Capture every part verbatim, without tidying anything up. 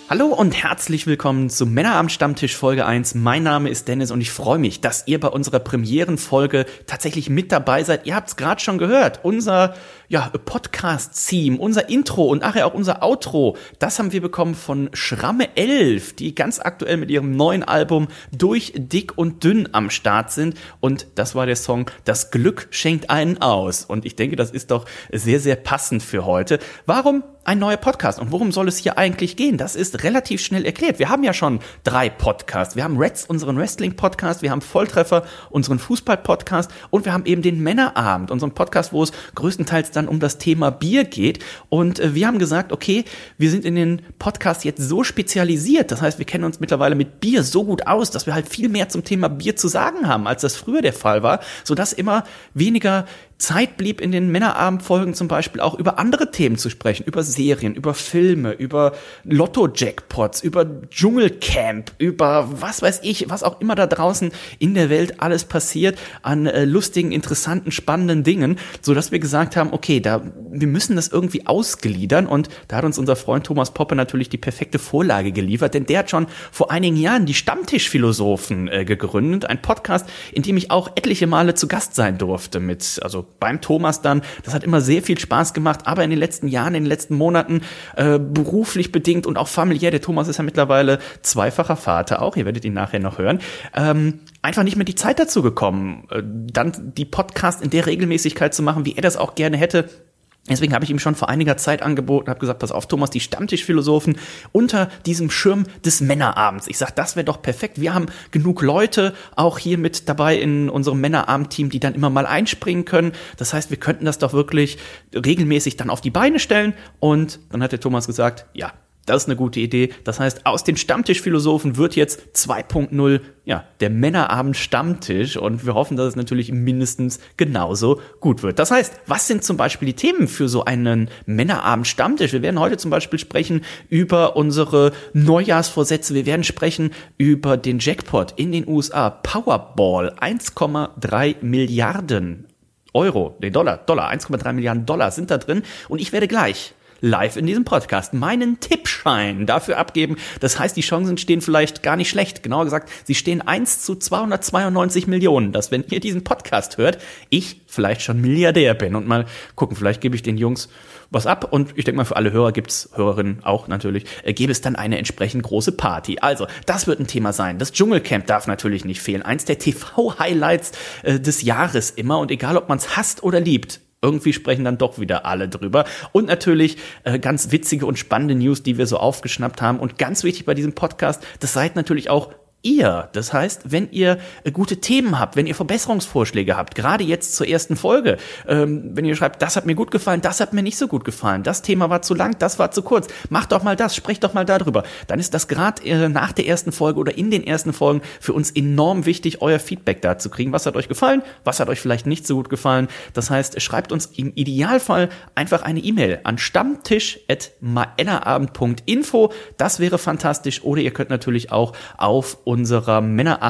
Hallo und herzlich willkommen zum Männerabend Stammtisch Folge eins. Mein Name ist Dennis und ich freue mich, dass ihr bei unserer Premierenfolge tatsächlich mit dabei seid. Ihr habt es gerade schon gehört, unser ja, Podcast-Theme, unser Intro und nachher auch unser Outro, das haben wir bekommen von Schramme elf, die ganz aktuell mit ihrem neuen Album Durch Dick und Dünn am Start sind. Und das war der Song Das Glück schenkt einen aus. Und ich denke, das ist doch sehr, sehr passend für heute. Warum ein neuer Podcast? Und worum soll es hier eigentlich gehen? Das ist relativ schnell erklärt. Wir haben ja schon drei Podcasts. Wir haben Reds, unseren Wrestling-Podcast, wir haben Volltreffer, unseren Fußball-Podcast und wir haben eben den Männerabend, unseren Podcast, wo es größtenteils dann um das Thema Bier geht. Und äh, wir haben gesagt, okay, wir sind in den Podcast jetzt so spezialisiert. Das heißt, wir kennen uns mittlerweile mit Bier so gut aus, dass wir halt viel mehr zum Thema Bier zu sagen haben, als das früher der Fall war, sodass immer weniger Zeit blieb, in den Männerabendfolgen zum Beispiel auch über andere Themen zu sprechen, über Serien, über Filme, über Lotto-Jackpots, über Dschungelcamp, über was weiß ich, was auch immer da draußen in der Welt alles passiert an äh, lustigen, interessanten, spannenden Dingen, so dass wir gesagt haben, okay, da wir müssen das irgendwie ausgliedern und da hat uns unser Freund Thomas Poppe natürlich die perfekte Vorlage geliefert, denn der hat schon vor einigen Jahren die Stammtischphilosophen äh, gegründet, ein Podcast, in dem ich auch etliche Male zu Gast sein durfte mit, also beim Thomas dann. Das hat immer sehr viel Spaß gemacht, aber in den letzten Jahren, in den letzten Monaten äh, beruflich bedingt und auch familiär, der Thomas ist ja mittlerweile zweifacher Vater auch, ihr werdet ihn nachher noch hören, ähm, einfach nicht mehr die Zeit dazu gekommen, äh, dann die Podcasts in der Regelmäßigkeit zu machen, wie er das auch gerne hätte. Deswegen habe ich ihm schon vor einiger Zeit angeboten, habe gesagt, pass auf, Thomas, die Stammtischphilosophen unter diesem Schirm des Männerabends. Ich sage, das wäre doch perfekt. Wir haben genug Leute auch hier mit dabei in unserem Männerabend-Team, die dann immer mal einspringen können. Das heißt, wir könnten das doch wirklich regelmäßig dann auf die Beine stellen. Und dann hat der Thomas gesagt, ja, das ist eine gute Idee. Das heißt, aus den Stammtischphilosophen wird jetzt zwei Punkt null, ja, der Männerabend Stammtisch. Und wir hoffen, dass es natürlich mindestens genauso gut wird. Das heißt, was sind zum Beispiel die Themen für so einen Männerabend Stammtisch? Wir werden heute zum Beispiel sprechen über unsere Neujahrsvorsätze. Wir werden sprechen über den Jackpot in den U S A. Powerball, eins Komma drei Milliarden Euro, nee, Dollar, Dollar, eins Komma drei Milliarden Dollar sind da drin. Und ich werde gleich live in diesem Podcast meinen Tippschein dafür abgeben. Das heißt, die Chancen stehen vielleicht gar nicht schlecht. Genauer gesagt, sie stehen eins zu zweihundertzweiundneunzig Millionen, dass wenn ihr diesen Podcast hört, ich vielleicht schon Milliardär bin. Und mal gucken, vielleicht gebe ich den Jungs was ab. Und ich denke mal, für alle Hörer gibt's, Hörerinnen auch natürlich, äh, gäbe es dann eine entsprechend große Party. Also, das wird ein Thema sein. Das Dschungelcamp darf natürlich nicht fehlen. Eins der T V-Highlights äh, des Jahres immer. Und egal, ob man es hasst oder liebt, irgendwie sprechen dann doch wieder alle drüber. Und natürlich äh, ganz witzige und spannende News, die wir so aufgeschnappt haben. Und ganz wichtig bei diesem Podcast, das seid natürlich auch ihr. Das heißt, wenn ihr äh, gute Themen habt, wenn ihr Verbesserungsvorschläge habt, gerade jetzt zur ersten Folge, ähm, wenn ihr schreibt, das hat mir gut gefallen, das hat mir nicht so gut gefallen, das Thema war zu lang, das war zu kurz, macht doch mal das, sprecht doch mal darüber, dann ist das gerade äh, nach der ersten Folge oder in den ersten Folgen für uns enorm wichtig, euer Feedback da zu kriegen. Was hat euch gefallen? Was hat euch vielleicht nicht so gut gefallen? Das heißt, schreibt uns im Idealfall einfach eine E-Mail an stammtisch at männerabend punkt info. Das wäre fantastisch. Oder ihr könnt natürlich auch auf unserer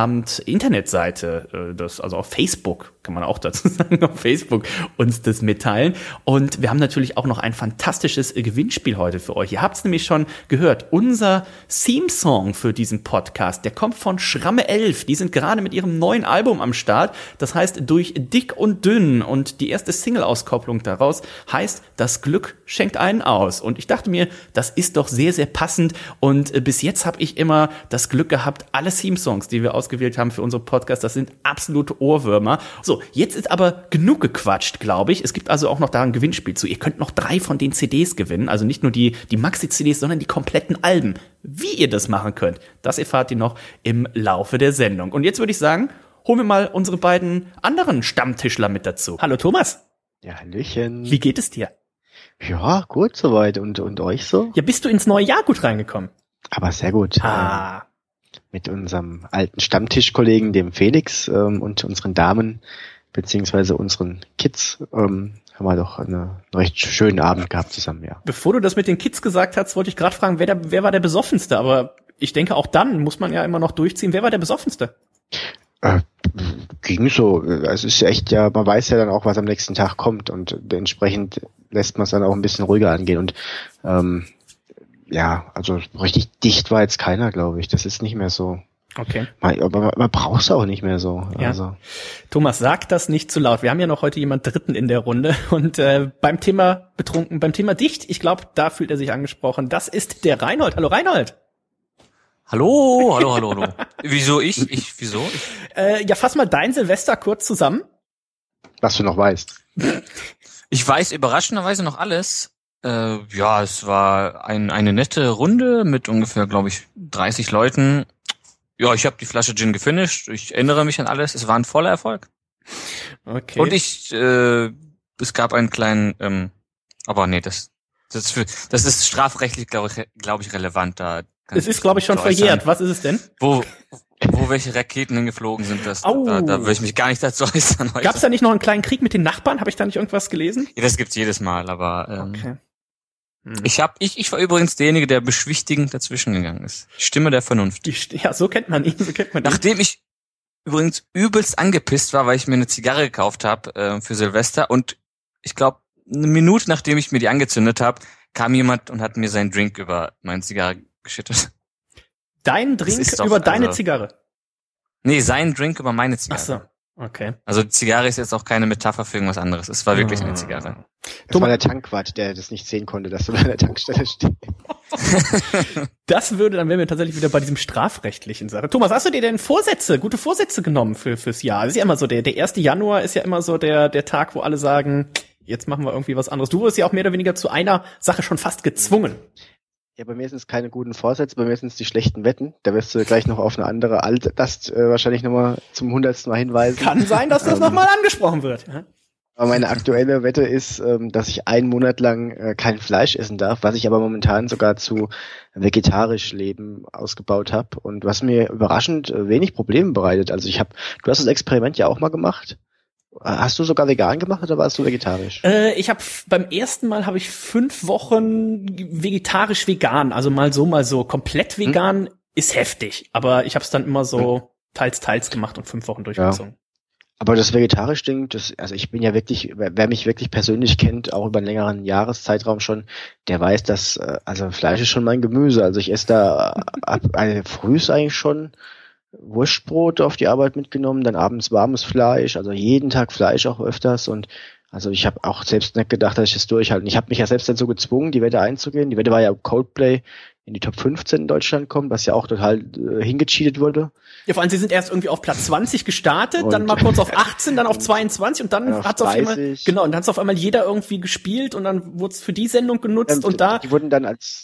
Männerabend-Internetseite, das, also auf Facebook, kann man auch dazu sagen, auf Facebook uns das mitteilen. Und wir haben natürlich auch noch ein fantastisches Gewinnspiel heute für euch. Ihr habt es nämlich schon gehört, unser Theme-Song für diesen Podcast, der kommt von Schramme elf. Die sind gerade mit ihrem neuen Album am Start. Das heißt, Durch Dick und Dünn. Und die erste Single-Auskopplung daraus heißt, Das Glück schenkt einen aus. Und ich dachte mir, das ist doch sehr, sehr passend. Und bis jetzt habe ich immer das Glück gehabt, alle Theme-Songs, die wir ausgewählt haben für unsere Podcast, das sind absolute Ohrwürmer. So, jetzt ist aber genug gequatscht, glaube ich. Es gibt also auch noch da ein Gewinnspiel zu. Ihr könnt noch drei von den C Ds gewinnen, also nicht nur die, die Maxi-C Ds, sondern die kompletten Alben. Wie ihr das machen könnt, das erfahrt ihr noch im Laufe der Sendung. Und jetzt würde ich sagen, holen wir mal unsere beiden anderen Stammtischler mit dazu. Hallo Thomas. Ja, Hallöchen. Wie geht es dir? Ja, gut soweit. Und, und euch so? Ja, bist du ins neue Jahr gut reingekommen? Aber sehr gut. Ah. Ähm, mit unserem alten Stammtischkollegen, dem Felix, ähm, und unseren Damen, beziehungsweise unseren Kids, ähm, haben wir doch einen recht schönen Abend gehabt zusammen, ja. Bevor du das mit den Kids gesagt hast, wollte ich gerade fragen, wer, der, wer war der Besoffenste? Aber ich denke, auch dann muss man ja immer noch durchziehen. Wer war der Besoffenste? Äh, ging so. Es ist echt ja, man weiß ja dann auch, was am nächsten Tag kommt und entsprechend lässt man es dann auch ein bisschen ruhiger angehen und ähm, ja, also richtig dicht war jetzt keiner, glaube ich. Das ist nicht mehr so. Okay. Man, aber man, man braucht es auch nicht mehr so. Ja. Also. Thomas, sag das nicht zu laut. Wir haben ja noch heute jemand Dritten in der Runde und äh, beim Thema betrunken, beim Thema dicht, ich glaube, da fühlt er sich angesprochen. Das ist der Reinhold. Hallo Reinhold. Hallo, hallo, hallo, hallo. Wieso ich? Ich, wieso? Ich, äh, ja, fass mal dein Silvester kurz zusammen. Was du noch weißt. ich weiß überraschenderweise noch alles. Äh, ja, es war ein, eine nette Runde mit ungefähr, glaube ich, dreißig Leuten. Ja, ich habe die Flasche Gin gefinisht. Ich erinnere mich an alles. Es war ein voller Erfolg. Okay. Und ich, äh, es gab einen kleinen, ähm, aber nee, das, das ist, für, das ist strafrechtlich, glaube ich, glaube ich, relevant. Da es ist, glaube ich, schon verjährt. Was ist es denn? Wo, wo welche Raketen hingeflogen sind, das, Au. da, da will ich mich gar nicht dazu äußern heute. Gab es da nicht noch einen kleinen Krieg mit den Nachbarn? Habe ich da nicht irgendwas gelesen? Ja, das gibt's jedes Mal, aber ähm, okay. Hm. Ich hab, ich, ich war übrigens derjenige, der beschwichtigend dazwischen gegangen ist. Stimme der Vernunft. Die, ja, so kennt man ihn, so kennt man ihn. Nachdem ich übrigens übelst angepisst war, weil ich mir eine Zigarre gekauft habe äh, für Silvester und ich glaube, eine Minute nachdem ich mir die angezündet habe, kam jemand und hat mir seinen Drink über meine Zigarre geschüttet. Dein Drink doch, über deine also, Zigarre? Nee, seinen Drink über meine Zigarre. Ach so, okay. Also die Zigarre ist jetzt auch keine Metapher für irgendwas anderes. Es war wirklich oh. eine Zigarre. Das Thomas, war der Tankwart, der das nicht sehen konnte, dass du bei der Tankstelle stehst. Das würde, dann wären wir tatsächlich wieder bei diesem strafrechtlichen Sache. Thomas, hast du dir denn Vorsätze, gute Vorsätze genommen für fürs Jahr? Das ist ja immer so, der der erste Januar ist ja immer so der der Tag, wo alle sagen, jetzt machen wir irgendwie was anderes. Du wurdest ja auch mehr oder weniger zu einer Sache schon fast gezwungen. Ja, bei mir sind es keine guten Vorsätze, bei mir sind es die schlechten Wetten. Da wirst du gleich noch auf eine andere alte, das äh, wahrscheinlich nochmal zum hundertsten Mal hinweisen. Kann sein, dass das ähm, nochmal angesprochen wird. Ja. Aber meine aktuelle Wette ist, ähm, dass ich einen Monat lang äh, kein Fleisch essen darf, was ich aber momentan sogar zu vegetarisch leben ausgebaut habe und was mir überraschend äh, wenig Probleme bereitet. Also ich habe, du hast das Experiment ja auch mal gemacht. Hast du sogar vegan gemacht oder warst du vegetarisch? Äh, ich habe beim ersten Mal habe ich fünf Wochen vegetarisch vegan, also mal so, mal so. Komplett vegan hm. ist heftig, aber ich habe es dann immer so hm. teils, teils gemacht und fünf Wochen durchgezogen. Ja. Aber das vegetarisch Ding, das, also ich bin ja wirklich, wer mich wirklich persönlich kennt, auch über einen längeren Jahreszeitraum schon, der weiß, dass, also Fleisch ist schon mein Gemüse. Also ich esse da ab eine frühs eigentlich schon Wurstbrot auf die Arbeit mitgenommen, dann abends warmes Fleisch, also jeden Tag Fleisch auch öfters und also ich habe auch selbst nicht gedacht, dass ich das durchhalte. Ich habe mich ja selbst dazu gezwungen, die Wette einzugehen. Die Wette war ja, Coldplay in die Top fünfzehn in Deutschland kommt, was ja auch total äh, hingecheatet wurde. Ja, vor allem, sie sind erst irgendwie auf Platz zwanzig gestartet, und dann mal kurz auf achtzehn, dann auf zweiundzwanzig und dann, dann hat's auf einmal, genau, und dann hat's auf einmal jeder irgendwie gespielt und dann wurde es für die Sendung genutzt ähm, und da. Die wurden dann als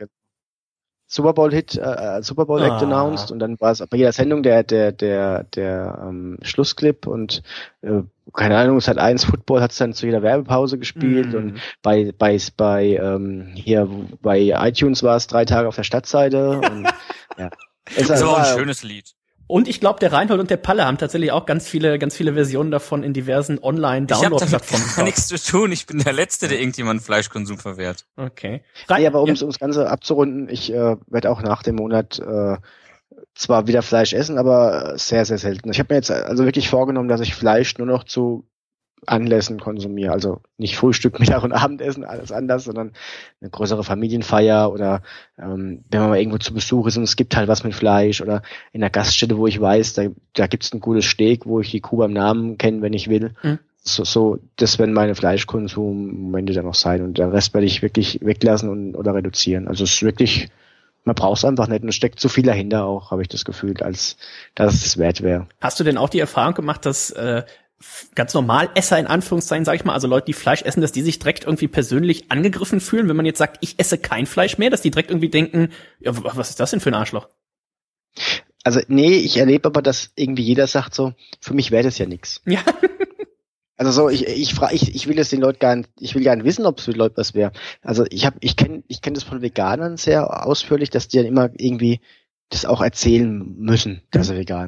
Super Bowl Hit, äh, Super Bowl Act ah. announced und dann war es bei jeder Sendung der der der der ähm, Schlussclip und äh, keine Ahnung, es hat eins Football hat es dann zu jeder Werbepause gespielt mm. und bei bei bei ähm, hier bei iTunes war es drei Tage auf der Stadtseite und ja. Es ist aber auch ein schönes Lied. Und ich glaube, der Reinhold und der Palle haben tatsächlich auch ganz viele, ganz viele Versionen davon in diversen Online-Download-Plattformen. Ich habe damit nichts zu tun. Ich bin der Letzte, der irgendjemand Fleischkonsum verwehrt. Okay. Rein, ja, aber um ja. das Ganze abzurunden, ich äh, werde auch nach dem Monat äh, zwar wieder Fleisch essen, aber sehr, sehr selten. Ich habe mir jetzt also wirklich vorgenommen, dass ich Fleisch nur noch zu Anlässen konsumiere. Also nicht Frühstück, Mittag und Abendessen, alles anders, sondern eine größere Familienfeier oder ähm, wenn man mal irgendwo zu Besuch ist und es gibt halt was mit Fleisch oder in einer Gaststätte, wo ich weiß, da, da gibt's ein gutes Steak, wo ich die Kuh beim Namen kenne, wenn ich will. Mhm. So, so, das werden meine Fleischkonsummomente dann noch sein und den Rest werde ich wirklich weglassen und oder reduzieren. Also es ist wirklich, man braucht es einfach nicht und es steckt zu viel dahinter auch, habe ich das Gefühl, als dass es wert wäre. Hast du denn auch die Erfahrung gemacht, dass äh, ganz normal Esser in Anführungszeichen, sage ich mal, also Leute, die Fleisch essen, dass die sich direkt irgendwie persönlich angegriffen fühlen, wenn man jetzt sagt, ich esse kein Fleisch mehr, dass die direkt irgendwie denken, ja, was ist das denn für ein Arschloch? Also nee, ich erlebe aber, dass irgendwie jeder sagt so, für mich wäre das ja nix. Ja. Also so, ich ich frage, ich, ich will das den Leuten gar nicht, ich will gar nicht wissen, ob es für die Leute was wäre. Also ich habe, ich kenne, ich kenne das von Veganern sehr ausführlich, dass die dann immer irgendwie das auch erzählen müssen, dass sie vegan sind.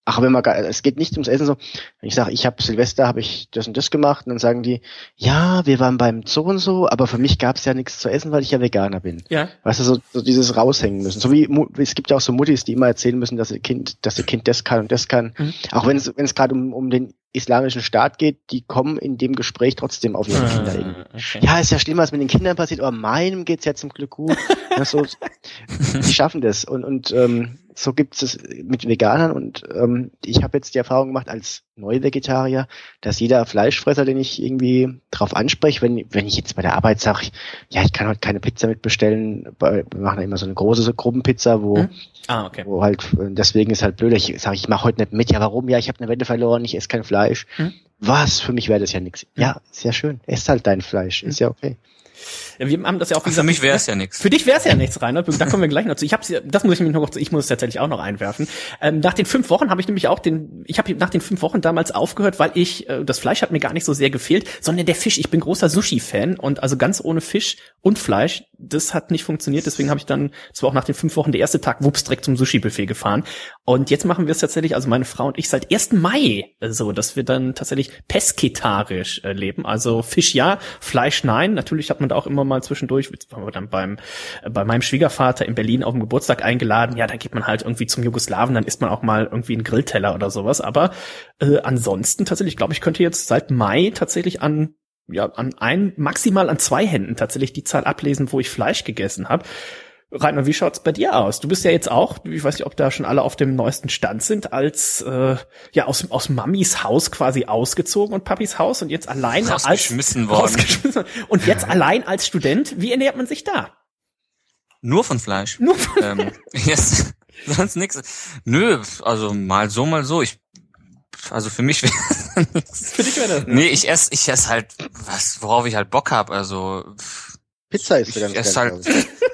Ach, wenn man, es geht nicht ums Essen so. Wenn ich sage, ich habe Silvester, habe ich das und das gemacht, und dann sagen die, ja, wir waren beim Zoo und so, aber für mich gab's ja nichts zu essen, weil ich ja Veganer bin. Ja. Weißt du, so, so dieses raushängen müssen. So wie, es gibt ja auch so Muttis, die immer erzählen müssen, dass ihr Kind, dass ihr Kind das kann und das kann. Mhm. Auch wenn es, wenn es gerade um, um den islamischen Staat geht, die kommen in dem Gespräch trotzdem auf ihre Kinder irgendwie. Okay. Ja, ist ja schlimm, was mit den Kindern passiert, aber meinem geht's ja zum Glück gut. Ja, so, die schaffen das. Und, und ähm, so gibt's es mit Veganern. Und ähm, ich habe jetzt die Erfahrung gemacht als Neuvegetarier, dass jeder Fleischfresser, den ich irgendwie drauf anspreche, wenn wenn ich jetzt bei der Arbeit sage, ja, ich kann heute keine Pizza mitbestellen, wir machen ja immer so eine große so Gruppenpizza, wo, hm? ah, okay. wo halt, deswegen ist halt blöd, ich sage, ich mache heute nicht mit, ja, warum? Ja, ich habe eine Wette verloren, ich esse kein Fleisch. Hm? Was? Für mich wäre das ja nichts. Hm? Ja, ist ja schön, ess halt dein Fleisch, hm? Ist ja okay. Ja, wir haben das ja auch. Ach, für mich wäre es ja nichts. Für dich wäre es ja nichts, Reinhard. Da kommen wir gleich noch zu. Ich hab's, das muss ich mir noch, ich muss es tatsächlich auch noch einwerfen. Ähm, nach den fünf Wochen habe ich nämlich auch den, ich habe nach den fünf Wochen damals aufgehört, weil ich, äh, das Fleisch hat mir gar nicht so sehr gefehlt, sondern der Fisch. Ich bin großer Sushi-Fan und also ganz ohne Fisch und Fleisch, das hat nicht funktioniert. Deswegen habe ich dann, das war auch nach den fünf Wochen der erste Tag, wups, direkt zum Sushi-Buffet gefahren. Und jetzt machen wir es tatsächlich, also meine Frau und ich, seit ersten Mai so, dass wir dann tatsächlich pesketarisch äh, leben. Also Fisch ja, Fleisch nein. Natürlich hat man da auch immer mal zwischendurch, jetzt waren wir dann beim äh, bei meinem Schwiegervater in Berlin auf dem Geburtstag eingeladen. Ja, da geht man halt irgendwie zum Jugoslawen, dann isst man auch mal irgendwie einen Grillteller oder sowas. Aber äh, ansonsten tatsächlich, glaube ich, könnte jetzt seit Mai tatsächlich an ja an ein, maximal an zwei Händen tatsächlich die Zahl ablesen, wo ich Fleisch gegessen habe. Rainer, wie schaut's bei dir aus? Du bist ja jetzt auch, ich weiß nicht, ob da schon alle auf dem neuesten Stand sind, als äh, ja aus aus Mamis Haus quasi ausgezogen und Papis Haus und jetzt allein als rausgeschmissen worden. Rausgeschmissen und jetzt allein als Student. Wie ernährt man sich da? Nur von Fleisch. Nur von ähm, yes, sonst nix. Nö, also mal so, mal so. Ich also für mich wäre Für dich wäre das. Nee, ich esse ich esse halt was, worauf ich halt Bock hab. Also Pizza ist ich ganz esse halt.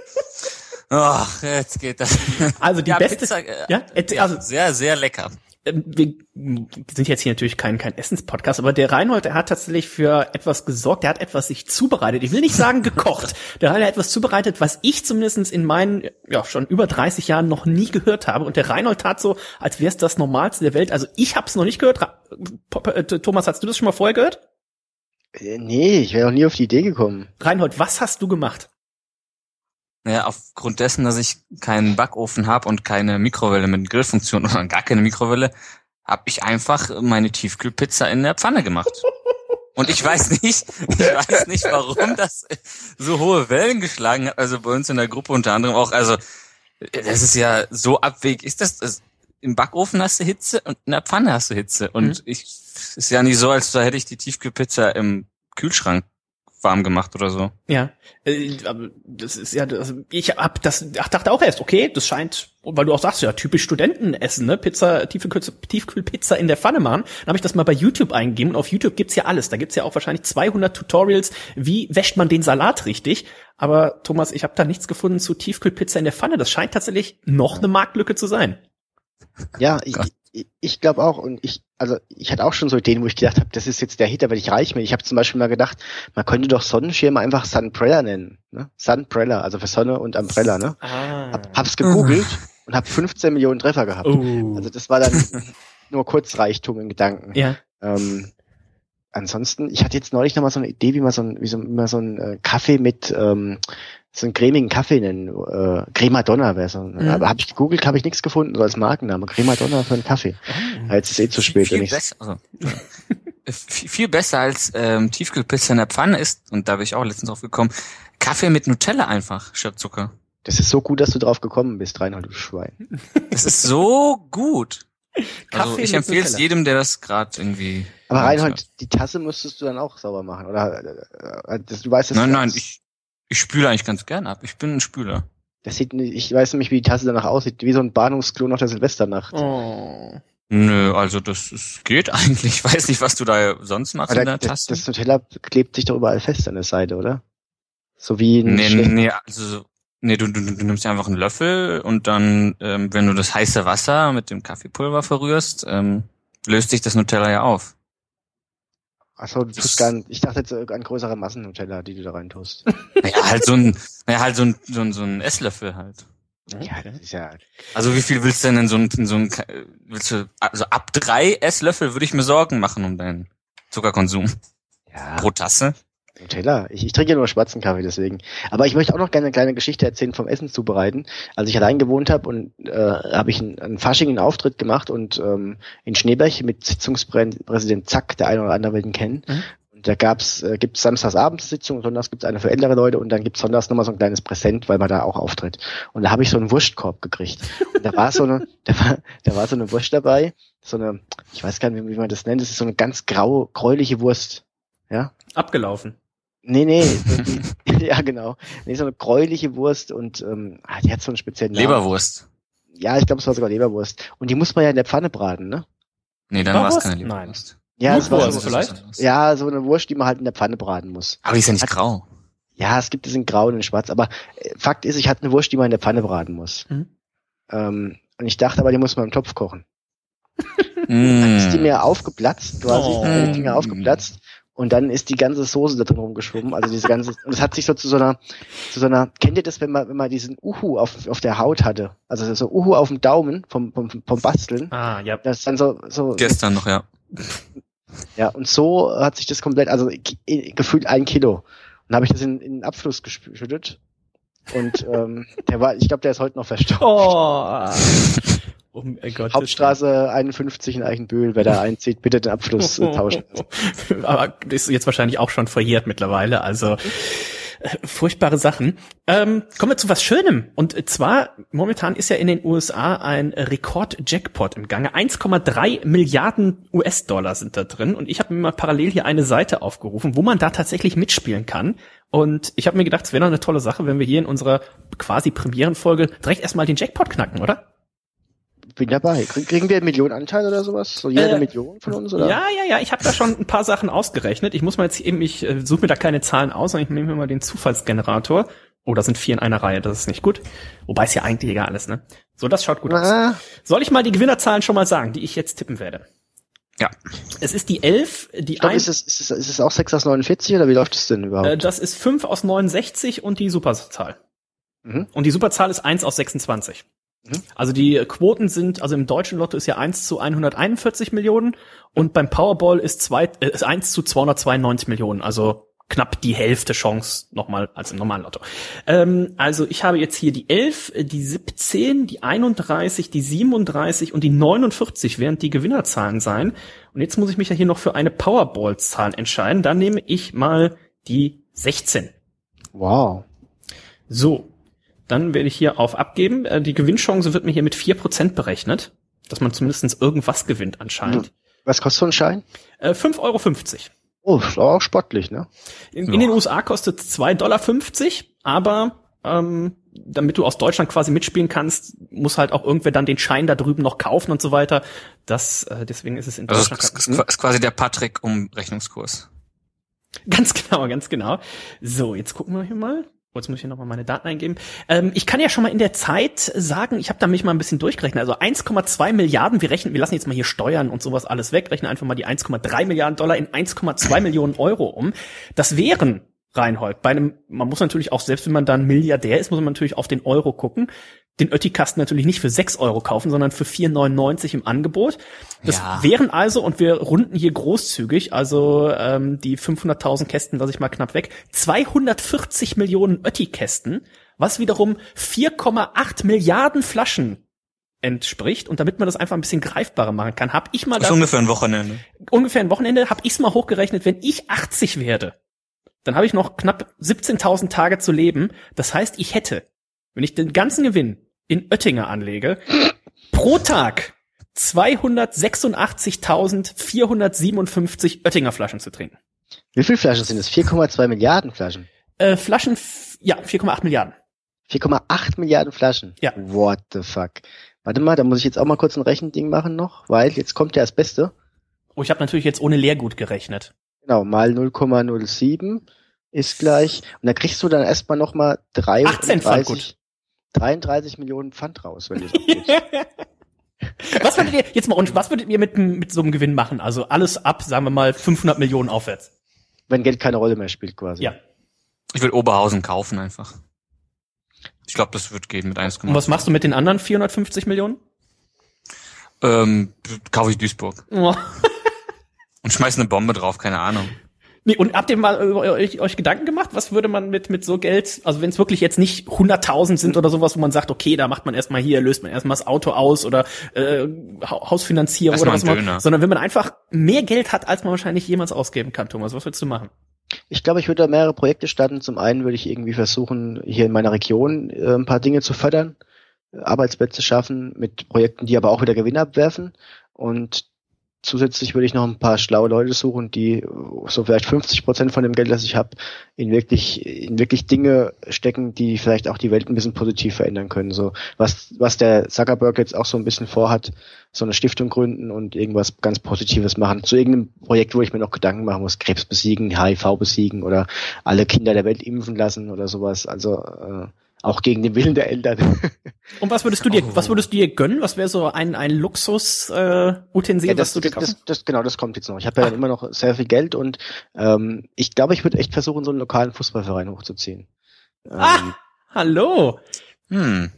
Ach, jetzt geht das. Also die ja, beste, Pizza, äh, ja, also sehr, sehr lecker. Wir sind jetzt hier natürlich kein kein Essenspodcast, aber der Reinhold, der hat tatsächlich für etwas gesorgt, der hat etwas sich zubereitet. Ich will nicht sagen gekocht. Der Reinhold hat etwas zubereitet, was ich zumindest in meinen ja schon über dreißig Jahren noch nie gehört habe. Und der Reinhold tat so, als wäre es das Normalste der Welt. Also ich habe es noch nicht gehört. Thomas, hast du das schon mal vorher gehört? Nee, ich wäre noch nie auf die Idee gekommen. Reinhold, was hast du gemacht? Ja, aufgrund dessen, dass ich keinen Backofen habe und keine Mikrowelle mit Grillfunktion oder gar keine Mikrowelle, habe ich einfach meine Tiefkühlpizza in der Pfanne gemacht. Und ich weiß nicht, ich weiß nicht, warum das so hohe Wellen geschlagen hat. Also bei uns in der Gruppe unter anderem auch. Also das ist ja so abwegig. Ist das, das im Backofen hast du Hitze und in der Pfanne hast du Hitze. Und mhm. ich ist ja nicht so, als da hätte ich die Tiefkühlpizza im Kühlschrank warm gemacht oder so. Ja, äh, aber das ist ja, also ich hab das, ach, dachte auch erst, okay, das scheint, weil du auch sagst, ja, typisch Studentenessen, ne, Pizza, Tiefkühl, Tiefkühlpizza in der Pfanne machen. Dann habe ich das mal bei YouTube eingegeben und auf YouTube gibt's ja alles. Da gibt's ja auch wahrscheinlich zweihundert Tutorials, wie wäscht man den Salat richtig. Aber Thomas, ich habe da nichts gefunden zu Tiefkühlpizza in der Pfanne. Das scheint tatsächlich noch eine Marktlücke zu sein. Ja, ich, ich, ich glaube auch, und ich, also ich hatte auch schon so Ideen, wo ich gedacht habe, das ist jetzt der Hit, da werde ich reich mit. Ich habe zum Beispiel mal gedacht, man könnte doch Sonnenschirme einfach Sunbrella nennen, ne? Sunbrella, also für Sonne und Umbrella, ne? Ah. Hab, hab's gegoogelt und habe fünfzehn Millionen Treffer gehabt. Oh. Also das war dann nur Kurzreichtum in Gedanken. Ja. Ähm, ansonsten, ich hatte jetzt neulich noch mal so eine Idee, wie man so ein, wie so, wie man so ein äh, Kaffee mit ähm, so einen cremigen Kaffee nennen. Äh, Cremadonna wäre so. Mhm. Aber habe ich gegoogelt, habe ich nichts gefunden, so als Markenname. Cremadonna für einen Kaffee. Oh. Jetzt ist eh zu spät. Viel, viel, besser, also, viel besser als ähm, Tiefkühlpizza in der Pfanne ist, und da bin ich auch letztens drauf gekommen, Kaffee mit Nutella einfach, statt Zucker. Das ist so gut, dass du drauf gekommen bist, Reinhold, du Schwein. Das ist so gut. Kaffee also ich empfehle es jedem, der das gerade irgendwie... Aber Reinhold, die Tasse musstest du dann auch sauber machen, oder? Äh, das, du weißt, dass nein, nein, ich, ich spüle eigentlich ganz gern ab. Ich bin ein Spüler. Das sieht, ich weiß nämlich, wie die Tasse danach aussieht, wie so ein Bahnhofsklo nach der Silvesternacht. Oh. Nö, also das, das geht eigentlich. Ich weiß nicht, was du da sonst machst aber in der das, Tasse. Das Nutella klebt sich doch überall fest an der Seite, oder? So wie ein Nee, nee, also nee, du, du, du nimmst einfach einen Löffel und dann, ähm, wenn du das heiße Wasser mit dem Kaffeepulver verrührst, ähm, löst sich das Nutella ja auf. Achso, du tust gar nicht, ich dachte jetzt an größere Massen Nutella, die du da rein tust. Naja, halt so ein, naja, halt so ein, so ein, so ein Esslöffel halt. Ja, das ist ja. Also wie viel willst du denn in so ein, in so ein, willst du, also ab drei Esslöffel würde ich mir Sorgen machen um deinen Zuckerkonsum. Ja. Pro Tasse? Nutella. Ich, ich trinke ja nur schwarzen Kaffee, deswegen. Aber ich möchte auch noch gerne eine kleine Geschichte erzählen vom Essen zubereiten. Als ich allein gewohnt habe und äh, habe ich einen, einen Fasching einen Auftritt gemacht und ähm, in Schneeberg mit Sitzungspräsident Zack, der eine oder andere will ihn kennen. Mhm. Und da gab's, äh, gibt's samstagsabends Sitzung, sonntags gibt's eine für ältere Leute und dann gibt's sonntags nochmal so ein kleines Präsent, weil man da auch auftritt. Und da habe ich so einen Wurstkorb gekriegt. Und da war so eine, da war, da war so eine Wurst dabei, so eine, ich weiß gar nicht, wie man das nennt, das ist so eine ganz grau, gräuliche Wurst. Ja? Abgelaufen. Nee, nee, die, ja genau. Nee, so eine gräuliche Wurst und ähm, die hat so einen speziellen Namen. Leberwurst. Ja, ich glaube, es war sogar Leberwurst. Und die muss man ja in der Pfanne braten, ne? Nee, dann war es keine Leberwurst. Ja, es war so, vielleicht? Ja, so eine Wurst, die man halt in der Pfanne braten muss. Aber die ist ja nicht hat, grau. Ja, es gibt es in grau und in schwarz, aber äh, Fakt ist, ich hatte eine Wurst, die man in der Pfanne braten muss. Mhm. Ähm, und ich dachte aber, die muss man im Topf kochen. Mm. Dann ist die mir aufgeplatzt, quasi, Oh. die Dinger aufgeplatzt. Und dann ist die ganze Soße da drin rumgeschwommen, also diese ganze, und es hat sich so zu so einer, zu so einer, kennt ihr das, wenn man, wenn man diesen Uhu auf, auf der Haut hatte? Also so Uhu auf dem Daumen vom, vom, vom Basteln. Ah, ja. Das ist dann so, so. Gestern noch, ja. Ja, und so hat sich das komplett, also gefühlt ein Kilo. Und dann habe ich das in, in den Abfluss geschüttet. Und, ähm, der war, ich glaube, der ist heute noch verstorben. Oh. Oh mein Gott, Hauptstraße einundfünfzig in Eichenbühl, wer da einzieht, bitte den Abfluss äh, tauschen. Aber das ist jetzt wahrscheinlich auch schon verjährt mittlerweile, also äh, furchtbare Sachen. Ähm, kommen wir zu was Schönem. Und zwar, momentan ist ja in den U S A ein Rekord-Jackpot im Gange. eins Komma drei Milliarden U S-Dollar sind da drin. Und ich habe mir mal parallel hier eine Seite aufgerufen, wo man da tatsächlich mitspielen kann. Und ich habe mir gedacht, es wäre noch eine tolle Sache, wenn wir hier in unserer quasi Premierenfolge direkt erstmal den Jackpot knacken, oder? Bin dabei. Kriegen wir einen Millionenanteil oder sowas? So jede äh, Million von uns, oder? Ja, ja, ja. Ich habe da schon ein paar Sachen ausgerechnet. Ich muss mal jetzt eben, ich äh, suche mir da keine Zahlen aus, sondern ich nehme mir mal den Zufallsgenerator. Oh, da sind vier in einer Reihe. Das ist nicht gut. Wobei es ja eigentlich egal ist, ne? So, das schaut gut Na. aus. Soll ich mal die Gewinnerzahlen schon mal sagen, die ich jetzt tippen werde? Ja. Es ist die elf, die Ich glaub, ein, ist es, ist es, ist es auch sechs aus neunundvierzig oder wie läuft es denn überhaupt? äh, das ist fünf aus neunundsechzig und die Superzahl. Mhm. Und die Superzahl ist eins aus sechsundzwanzig. Mhm. Also die Quoten sind, also im deutschen Lotto ist ja eins zu hunderteinundvierzig Millionen und beim Powerball ist, zwei, äh, ist eins zu zweihundertzweiundneunzig Millionen, also knapp die Hälfte Chance nochmal als im normalen Lotto. Ähm, also ich habe jetzt hier die elf, die siebzehn, die einunddreißig, die siebenunddreißig und die neunundvierzig während die Gewinnerzahlen sein. Und jetzt muss ich mich ja hier noch für eine Powerball-Zahl entscheiden. Dann nehme ich mal die sechzehn. Wow. So. Dann werde ich hier auf abgeben. Die Gewinnchance wird mir hier mit vier Prozent berechnet, dass man zumindest irgendwas gewinnt anscheinend. Was kostet so ein Schein? Äh, fünf Euro fünfzig. Oh, ist auch sportlich, ne? In, in den U S A kostet zwei Dollar fünfzig, aber ähm, damit du aus Deutschland quasi mitspielen kannst, muss halt auch irgendwer dann den Schein da drüben noch kaufen und so weiter. Das, äh, deswegen ist es in also Deutschland. Also es ist quasi der Patrick-Umrechnungskurs. Ganz genau, ganz genau. So, jetzt gucken wir hier mal. Jetzt muss ich hier nochmal meine Daten eingeben. Ähm, ich kann ja schon mal in der Zeit sagen, ich habe da mich mal ein bisschen durchgerechnet. Also eins Komma zwei Milliarden, wir rechnen, wir lassen jetzt mal hier Steuern und sowas alles weg, rechnen einfach mal die eins Komma drei Milliarden Dollar in eins Komma zwei Millionen Euro um. Das wären, Reinhold, bei einem, man muss natürlich auch, selbst wenn man dann Milliardär ist, muss man natürlich auf den Euro gucken. Den Ötti-Kasten natürlich nicht für sechs Euro kaufen, sondern für vier neunundneunzig im Angebot. Das ja. wären also, und wir runden hier großzügig, also ähm, die fünfhunderttausend Kästen lasse ich mal knapp weg, zweihundertvierzig Millionen Ötti-Kästen, was wiederum vier Komma acht Milliarden Flaschen entspricht. Und damit man das einfach ein bisschen greifbarer machen kann, habe ich mal... Das ist ungefähr ein Wochenende. Ungefähr ein Wochenende, habe ich's mal hochgerechnet, wenn ich achtzig werde, dann habe ich noch knapp siebzehntausend Tage zu leben. Das heißt, ich hätte, wenn ich den ganzen Gewinn in Oettinger anlege, pro Tag zweihundertsechsundachtzigtausendvierhundertsiebenundfünfzig Oettinger Flaschen zu trinken. Wie viele Flaschen sind es? vier Komma zwei Milliarden Flaschen? Äh, Flaschen, f- ja, vier Komma acht Milliarden. vier Komma acht Milliarden Flaschen? Ja. What the fuck? Warte mal, da muss ich jetzt auch mal kurz ein Rechending machen noch, weil jetzt kommt ja das Beste. Oh, ich habe natürlich jetzt ohne Leergut gerechnet. Genau, mal null Komma null sieben ist gleich, und da kriegst du dann erstmal nochmal achtzehn Pfandgut. dreiunddreißig Millionen Pfand raus, wenn du es abgibst. Was würdet ihr, jetzt mal, und was würdet ihr mit, mit so einem Gewinn machen? Also alles ab, sagen wir mal, fünfhundert Millionen aufwärts. Wenn Geld keine Rolle mehr spielt, quasi. Ja. Ich will Oberhausen kaufen einfach. Ich glaube, das wird gehen mit eins Komma fünf. Und was machst du mit den anderen vierhundertfünfzig Millionen? Ähm, kaufe ich Duisburg. Oh. Und schmeiß eine Bombe drauf, keine Ahnung. Nee, und habt ihr mal über euch, euch Gedanken gemacht, was würde man mit mit so Geld, also wenn es wirklich jetzt nicht hunderttausend sind oder sowas, wo man sagt, okay, da macht man erstmal hier, löst man erstmal das Auto aus oder äh, Hausfinanzierung Erst oder mal was ein man, Döner. sondern wenn man einfach mehr Geld hat, als man wahrscheinlich jemals ausgeben kann. Thomas, was würdest du machen? Ich glaube, ich würde da mehrere Projekte starten. Zum einen würde ich irgendwie versuchen, hier in meiner Region äh, ein paar Dinge zu fördern, Arbeitsplätze schaffen mit Projekten, die aber auch wieder Gewinn abwerfen. Und zusätzlich würde ich noch ein paar schlaue Leute suchen, die so vielleicht fünfzig Prozent von dem Geld, das ich habe, in wirklich in wirklich Dinge stecken, die vielleicht auch die Welt ein bisschen positiv verändern können. So was was der Zuckerberg jetzt auch so ein bisschen vorhat, so eine Stiftung gründen und irgendwas ganz Positives machen. Zu irgendeinem Projekt, wo ich mir noch Gedanken machen muss, Krebs besiegen, H I V besiegen oder alle Kinder der Welt impfen lassen oder sowas. Also äh, auch gegen den Willen der Eltern. Und was würdest du dir, Oh. was würdest du dir gönnen? Was wäre so ein ein Luxus äh, Utensil, Ja, das, was du dir das, kaufen? das, das, genau, das kommt jetzt noch. Ich habe ja Ah. immer noch sehr viel Geld und ähm, ich glaube, ich würde echt versuchen, so einen lokalen Fußballverein hochzuziehen. Ah, Ähm, hallo. Hm.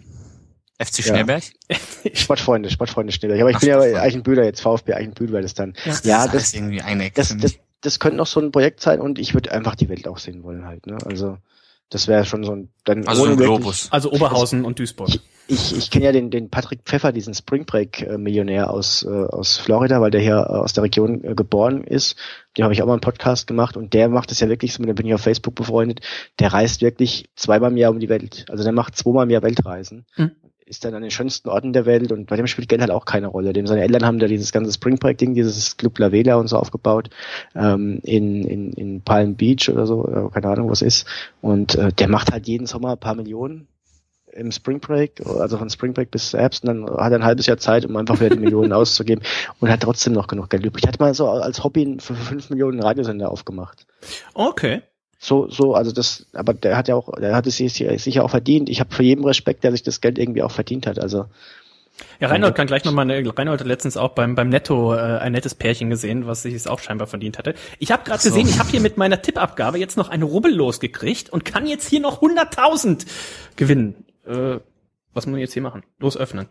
F C Ja. Schneeberg? Sportfreunde, Sportfreunde Schneeberg. Aber ich Ach, bin ja bei Sportfreunde. Eichenbühler jetzt, VfB Eichenbühl wäre das dann. Ja. Ja, ist das, alles irgendwie eine Ecke das, für das, mich. das könnte noch so ein Projekt sein und ich würde einfach die Welt auch sehen wollen halt. Ne? Also das wäre schon so ein dann Also ohne ein wirklich- Globus. Also Oberhausen und Duisburg. Ich, ich kenne ja den, den Patrick Pfeffer, diesen Spring Break äh, Millionär aus, äh, aus Florida, weil der hier äh, aus der Region äh, geboren ist. Dem habe ich auch mal einen Podcast gemacht und der macht es ja wirklich so, mit dem bin ich auf Facebook befreundet. Der reist wirklich zweimal im Jahr um die Welt. Also der macht zweimal im Jahr Weltreisen. Hm. Ist dann an den schönsten Orten der Welt und bei dem spielt Geld halt auch keine Rolle. Dem seine Eltern haben da dieses ganze Spring Break Ding, dieses Club La Vela und so aufgebaut, ähm, in, in, in Palm Beach oder so, äh, keine Ahnung was ist. Und äh, der macht halt jeden Sommer ein paar Millionen im Spring Break, also von Spring Break bis Herbst, und dann hat er ein halbes Jahr Zeit, um einfach wieder die Millionen auszugeben und hat trotzdem noch genug Geld übrig. Ich hatte mal so als Hobby für fünf Millionen einen Radiosender aufgemacht. Okay. So, so, also das, aber der hat ja auch, der hat es sich sicher auch verdient. Ich habe für jeden Respekt, der sich das Geld irgendwie auch verdient hat. Also Ja, Reinhold kann gleich nochmal, eine, Reinhold hat letztens auch beim beim Netto äh, ein nettes Pärchen gesehen, was sich es auch scheinbar verdient hatte. Ich habe gerade so. gesehen, ich habe hier mit meiner Tippabgabe jetzt noch eine Rubbel losgekriegt und kann jetzt hier noch hunderttausend gewinnen. Äh, was muss ich jetzt hier machen? Los, öffnen.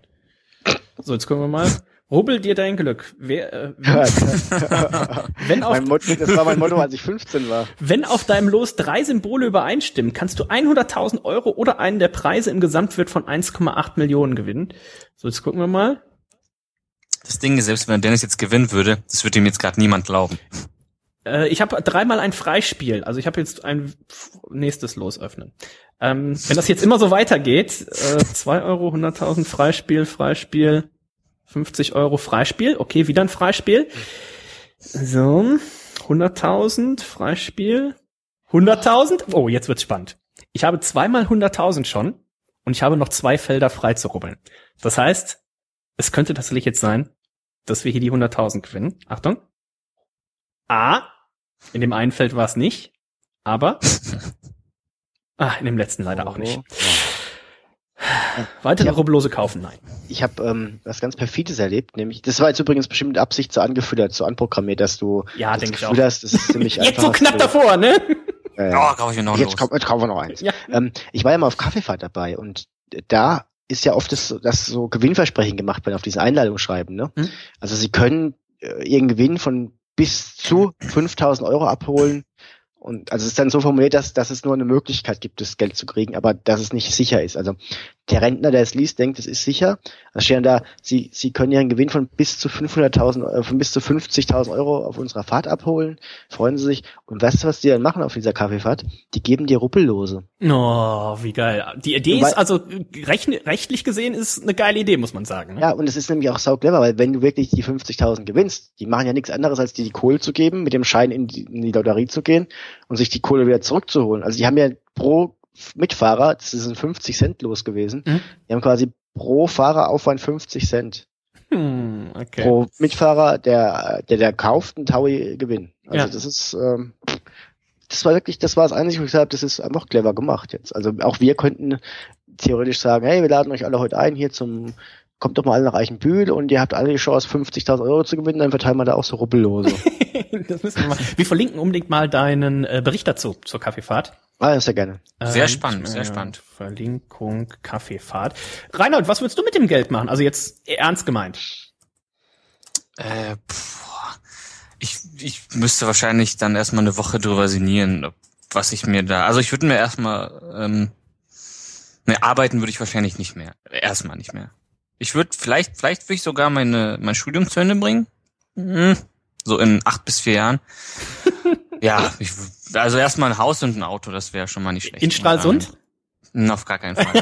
So, jetzt gucken wir mal. Rubbel dir dein Glück. Wer, äh, wenn, auf, mein Motto, das war mein Motto, als ich fünfzehn war. wenn auf deinem Los drei Symbole übereinstimmen, kannst du hunderttausend Euro oder einen der Preise im Gesamtwert von eins Komma acht Millionen gewinnen. So, jetzt gucken wir mal. Das Ding ist, selbst wenn Dennis jetzt gewinnen würde, das wird ihm jetzt gerade niemand glauben. Äh, ich habe dreimal ein Freispiel. Also ich habe jetzt ein f- nächstes Los öffnen. Ähm, wenn das jetzt immer so weitergeht, äh, zwei Euro, hunderttausend Freispiel, Freispiel, fünfzig Euro Freispiel. Okay, wieder ein Freispiel. So, hunderttausend Freispiel, hunderttausend. Oh, jetzt wird's spannend. Ich habe zweimal hunderttausend schon und ich habe noch zwei Felder frei zu rubbeln. Das heißt, es könnte tatsächlich jetzt sein, dass wir hier die hunderttausend gewinnen. Achtung. A, in dem einen Feld war es nicht, aber ah, in dem letzten leider auch nicht. Weitere Ja. Rubbellose kaufen, nein. Ich habe ähm, was ganz Perfides erlebt, nämlich, das war jetzt übrigens bestimmt mit Absicht so angefüttert, so anprogrammiert, dass du Ja, das denke ich Gefühl auch. hast, das ist ziemlich Jetzt einfach. so knapp davor, ne? Äh, Oh, kaufe ich mir noch jetzt, los. komm, jetzt kaufen wir noch eins. Ja. Ähm, ich war ja mal auf Kaffeefahrt dabei und da ist ja oft das, das so Gewinnversprechen gemacht werden auf diese Einladungsschreiben. Ne? Hm. Also sie können äh, ihren Gewinn von bis zu fünftausend Euro abholen. Und also es ist dann so formuliert, dass, dass es nur eine Möglichkeit gibt, das Geld zu kriegen, aber dass es nicht sicher ist. Also der Rentner, der es liest, denkt, es ist sicher. Da stehen da, sie, sie können ihren Gewinn von bis zu fünfhunderttausend, äh, von bis zu fünfzigtausend Euro auf unserer Fahrt abholen. Freuen sie sich. Und weißt du, was die dann machen auf dieser Kaffeefahrt? Die geben dir Ruppellose. Oh, wie geil. Die Idee Weil- ist, also rechn- rechtlich gesehen ist eine geile Idee, muss man sagen. Ne? Ja, und es ist nämlich auch sau clever, weil wenn du wirklich die fünfzigtausend gewinnst, die machen ja nichts anderes, als dir die Kohle zu geben, mit dem Schein in die, in die Lotterie zu gehen und sich die Kohle wieder zurückzuholen. Also die haben ja pro Mitfahrer, das ist ein fünfzig Cent los gewesen, Mhm. die haben quasi pro Fahreraufwand fünfzig Cent. Hm, okay. Pro Mitfahrer, der, der, der kauft, einen Taui Gewinn. Also Ja. das ist, ähm, das war wirklich, das war das Einzige, wo ich gesagt habe, das ist einfach clever gemacht jetzt. Also auch wir könnten theoretisch sagen, hey, wir laden euch alle heute ein hier zum, kommt doch mal alle nach Eichenbühl und ihr habt alle die Chance, fünfzigtausend Euro zu gewinnen, dann verteilen wir da auch so Rubbellose. Das müssen wir mal. Wir verlinken unbedingt mal deinen äh, Bericht dazu, zur Kaffeefahrt. Ah, sehr gerne. Sehr Ähm, spannend, sehr äh, spannend. Verlinkung, Kaffeefahrt. Reinhold, was würdest du mit dem Geld machen? Also jetzt ernst gemeint. Äh, pff, ich, ich müsste wahrscheinlich dann erstmal eine Woche drüber sinnieren, was ich mir da, also ich würde mir erstmal, ähm, ne, arbeiten würde ich wahrscheinlich nicht mehr. Erstmal nicht mehr. Ich würde vielleicht, vielleicht würde ich sogar meine, mein Studium zu Ende bringen. Hm, so in acht bis vier Jahren. Ja, ich, also erstmal ein Haus und ein Auto, das wäre schon mal nicht schlecht. In Stralsund? Ähm, auf gar keinen Fall.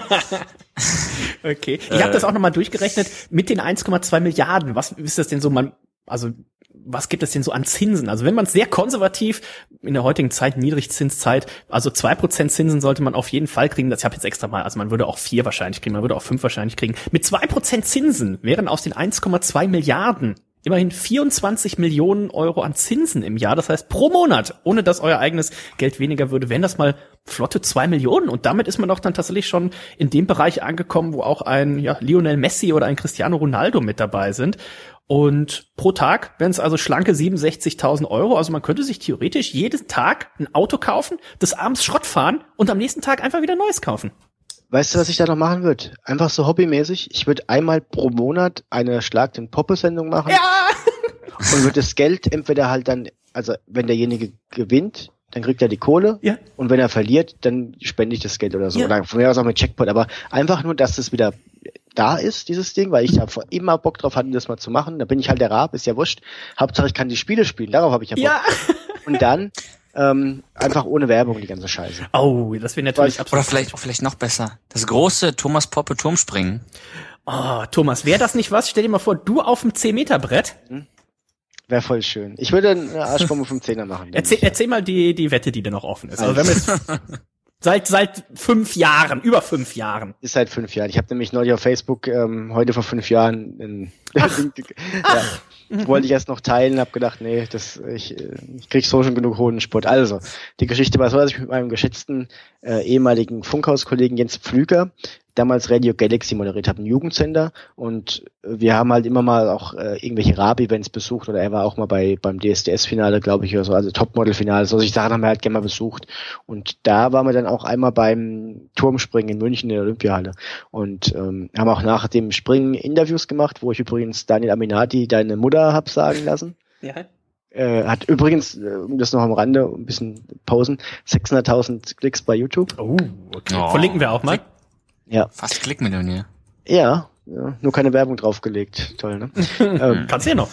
Okay. Ich habe das auch nochmal durchgerechnet mit den eins Komma zwei Milliarden. Was ist das denn so, man, also was gibt es denn so an Zinsen? Also wenn man es sehr konservativ in der heutigen Zeit, Niedrigzinszeit, also zwei Prozent Zinsen sollte man auf jeden Fall kriegen. Das habe ich jetzt extra mal, also man würde auch vier wahrscheinlich kriegen, man würde auch fünf wahrscheinlich kriegen. Mit zwei Prozent Zinsen wären aus den eins Komma zwei Milliarden immerhin vierundzwanzig Millionen Euro an Zinsen im Jahr. Das heißt pro Monat, ohne dass euer eigenes Geld weniger würde, wären das mal flotte zwei Millionen. Und damit ist man doch dann tatsächlich schon in dem Bereich angekommen, wo auch ein ja, Lionel Messi oder ein Cristiano Ronaldo mit dabei sind. Und pro Tag wären es also schlanke siebenundsechzigtausend Euro. Also man könnte sich theoretisch jeden Tag ein Auto kaufen, des Abends Schrott fahren und am nächsten Tag einfach wieder Neues kaufen. Weißt du, was ich da noch machen würde? Einfach so hobbymäßig. Ich würde einmal pro Monat eine Schlag den Poppe-Sendung machen. Ja! Und würde das Geld entweder halt dann, also wenn derjenige gewinnt, dann kriegt er die Kohle. Ja. Und wenn er verliert, dann spende ich das Geld oder so. Ja. Oder von mir aus auch mit Jackpot. Aber einfach nur, dass das wieder da ist, dieses Ding, weil ich da immer Bock drauf hatte, das mal zu machen. Da bin ich halt der Raab, ist ja wurscht. Hauptsache ich kann die Spiele spielen, darauf habe ich ja Bock. Ja! Und dann ähm, einfach ohne Werbung die ganze Scheiße. Oh, das wäre natürlich Oder vielleicht, vielleicht noch besser. Das große Thomas Poppe Turmspringen. Oh, Thomas, wäre das nicht was? Stell dir mal vor, du auf dem zehn-Meter-Brett. Wäre voll schön. Ich würde eine Arschbombe vom Zehner machen. Erzähl, erzähl mal die, die Wette, die da noch offen ist. Also wir haben jetzt seit, seit fünf Jahren, über fünf Jahren. Ist seit fünf Jahren. Ich habe nämlich neulich auf Facebook ähm, heute vor fünf Jahren ein ja, wollte ich erst noch teilen, habe gedacht, nee, das ich, ich krieg so schon genug Hodensport. Also, die Geschichte war so, dass ich mit meinem geschätzten äh, ehemaligen Funkhauskollegen Jens Pflüger damals Radio Galaxy moderiert habe, einen Jugendsender, und wir haben halt immer mal auch äh, irgendwelche Raab-Events besucht, oder er war auch mal bei beim D S D S-Finale, glaube ich, oder so, also Topmodel-Finale, solche Sachen haben wir halt gerne mal besucht, und da waren wir dann auch einmal beim Turmspringen in München in der Olympiahalle und ähm, haben auch nach dem Springen Interviews gemacht, wo ich übrigens Daniel Aminati, deine Mutter, hab sagen lassen. Ja. Äh, hat übrigens, äh, um das noch am Rande, ein bisschen pausen, sechshunderttausend Klicks bei YouTube. Oh, okay. Oh. Verlinken wir auch mal. Ja. Fast Klickmillionär. Ja, ja, nur keine Werbung draufgelegt. Toll, ne? ähm, Kannst du ja noch.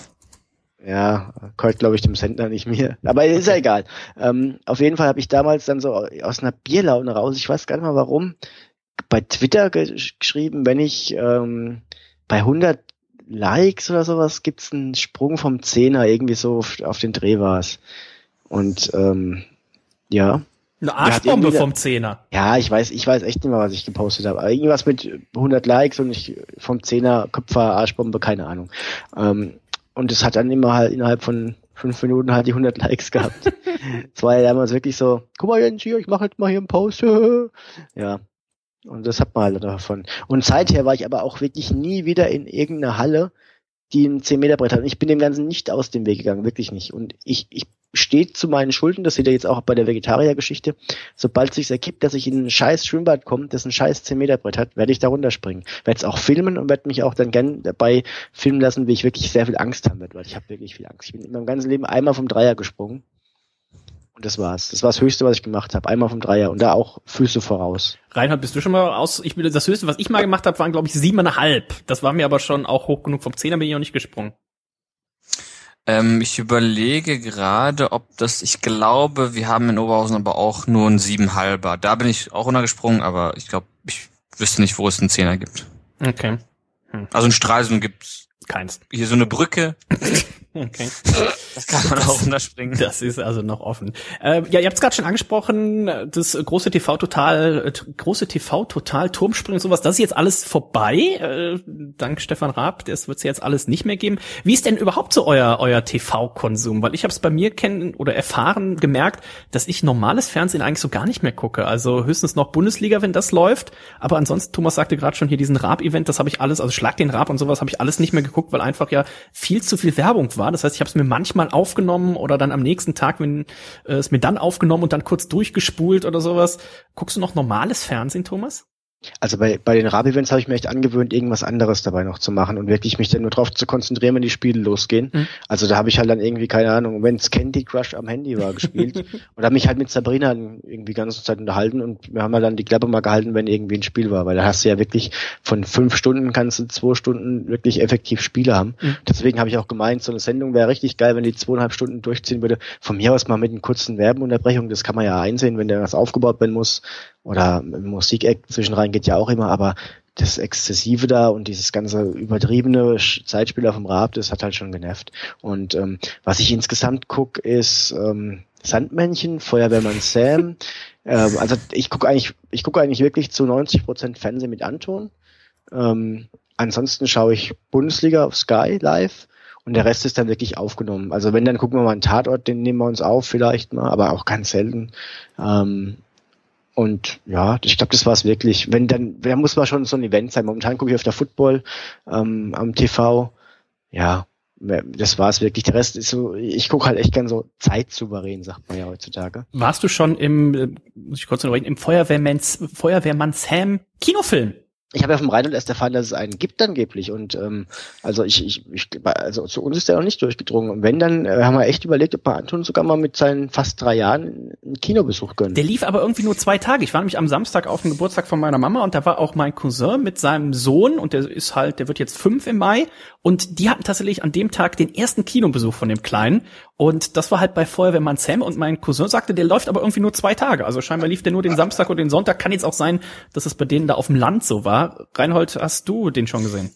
Ja, gehört, glaube ich, dem Sender, nicht mir. Aber ist ja egal. Ähm, auf jeden Fall habe ich damals dann so aus einer Bierlaune raus, ich weiß gar nicht mal warum, bei Twitter ge- geschrieben, wenn ich ähm, bei hundert Likes oder sowas gibt's einen Sprung vom Zehner, irgendwie so auf, auf den Dreh war's. Und ähm, ja. Eine Arschbombe ja, vom Zehner. Ja, ich weiß, ich weiß echt nicht mehr, was ich gepostet habe. Aber irgendwas mit hundert Likes und ich vom Zehner Köpfer, Arschbombe, keine Ahnung. Ähm, und es hat dann immer halt innerhalb von fünf Minuten halt die hundert Likes gehabt. Es war ja damals wirklich so, guck mal Jens hier, ich mache jetzt mal hier einen Post. Ja. Und das hat man halt davon. Und seither war ich aber auch wirklich nie wieder in irgendeiner Halle, die ein zehn Meter Brett hat. Und ich bin dem Ganzen nicht aus dem Weg gegangen, wirklich nicht. Und ich, ich stehe zu meinen Schulden, das seht ihr jetzt auch bei der Vegetarier-Geschichte. Sobald sich's ergibt, dass ich in ein scheiß Schwimmbad komme, das ein scheiß zehn Meter Brett hat, werde ich da runterspringen. Werde es auch filmen und werde mich auch dann gern dabei filmen lassen, wie ich wirklich sehr viel Angst haben werde, weil ich habe wirklich viel Angst. Ich bin in meinem ganzen Leben einmal vom Dreier gesprungen. Und das war's. Das war das Höchste, was ich gemacht habe. Einmal vom Dreier und da auch Füße voraus. Reinhard, bist du schon mal aus? Ich will das Höchste, was ich mal gemacht habe, waren glaube ich siebeneinhalb. Das war mir aber schon auch hoch genug. Vom Zehner bin ich noch nicht gesprungen. Ähm, ich überlege gerade, ob das, ich glaube, wir haben in Oberhausen aber auch nur einen siebenhalber. Da bin ich auch runtergesprungen, aber ich glaube, ich wüsste nicht, wo es einen Zehner gibt. Okay. Hm. Also in Stralsund gibt's keins. Hier so eine Brücke. Okay. Das kann man auch runterspringen. Das ist also noch offen. Äh, ja, ihr habt es gerade schon angesprochen, das große T V-Total, äh, große T V-Total, Turmspringen und sowas, das ist jetzt alles vorbei, äh, dank Stefan Raab, das wird es jetzt alles nicht mehr geben. Wie ist denn überhaupt so euer euer T V-Konsum? Weil ich habe es bei mir kennen oder erfahren, gemerkt, dass ich normales Fernsehen eigentlich so gar nicht mehr gucke. Also höchstens noch Bundesliga, wenn das läuft. Aber ansonsten, Thomas sagte gerade schon hier diesen Raab-Event, das habe ich alles, also Schlag den Raab und sowas habe ich alles nicht mehr geguckt, weil einfach ja viel zu viel Werbung war. war. Das heißt, ich habe es mir manchmal aufgenommen oder dann am nächsten Tag, wenn äh, es mir dann aufgenommen und dann kurz durchgespult oder sowas. Guckst du noch normales Fernsehen, Thomas? Also bei, bei den Rab-Events habe ich mir echt angewöhnt, irgendwas anderes dabei noch zu machen und wirklich mich dann nur drauf zu konzentrieren, wenn die Spiele losgehen. Mhm. Also da habe ich halt dann irgendwie, keine Ahnung, wenn es Candy Crush am Handy war, gespielt und habe mich halt mit Sabrina irgendwie die ganze Zeit unterhalten und wir haben halt dann die Klappe mal gehalten, wenn irgendwie ein Spiel war, weil da hast du ja wirklich von fünf Stunden kannst du zwei Stunden wirklich effektiv Spiele haben. Mhm. Deswegen habe ich auch gemeint, so eine Sendung wäre richtig geil, wenn die zweieinhalb Stunden durchziehen würde. Von mir aus mal mit einer kurzen Werbeunterbrechung, das kann man ja einsehen, wenn da was aufgebaut werden muss. Oder Musik-Act zwischenrein geht ja auch immer, aber das Exzessive da und dieses ganze übertriebene Zeitspieler vom Raab, das hat halt schon genervt. Und ähm, was ich insgesamt gucke, ist ähm, Sandmännchen, Feuerwehrmann Sam. ähm, also ich gucke eigentlich, ich gucke eigentlich wirklich zu neunzig Prozent Fernsehen mit Anton. Ähm, ansonsten schaue ich Bundesliga auf Sky live. Und der Rest ist dann wirklich aufgenommen. Also wenn, dann gucken wir mal einen Tatort, den nehmen wir uns auf vielleicht mal, aber auch ganz selten. Ähm, Und ja, ich glaube, das war es wirklich. Wenn dann, da muss man schon so ein Event sein. Momentan gucke ich auf der Football ähm, am T V. Ja, das war es wirklich. Der Rest ist so, ich gucke halt echt gern so zeitsouverän, sagt man ja heutzutage. Warst du schon im, muss ich kurz unterbrechen, im Feuerwehrmann, Feuerwehrmann Sam Kinofilm? Ich habe ja vom Reinhold erst erfahren, dass es einen gibt angeblich und ähm, also ich, ich, ich also zu uns ist der noch nicht durchgedrungen und wenn, dann äh, haben wir echt überlegt, ob wir Anton sogar mal mit seinen fast drei Jahren einen Kinobesuch gönnen. Der lief aber irgendwie nur zwei Tage. Ich war nämlich am Samstag auf dem Geburtstag von meiner Mama und da war auch mein Cousin mit seinem Sohn und der ist halt, der wird jetzt fünf im Mai und die hatten tatsächlich an dem Tag den ersten Kinobesuch von dem Kleinen und das war halt bei Feuerwehrmann Sam und mein Cousin sagte, der läuft aber irgendwie nur zwei Tage. Also scheinbar lief der nur den Samstag und den Sonntag. Kann jetzt auch sein, dass es bei denen da auf dem Land so war. Reinhold, hast du den schon gesehen?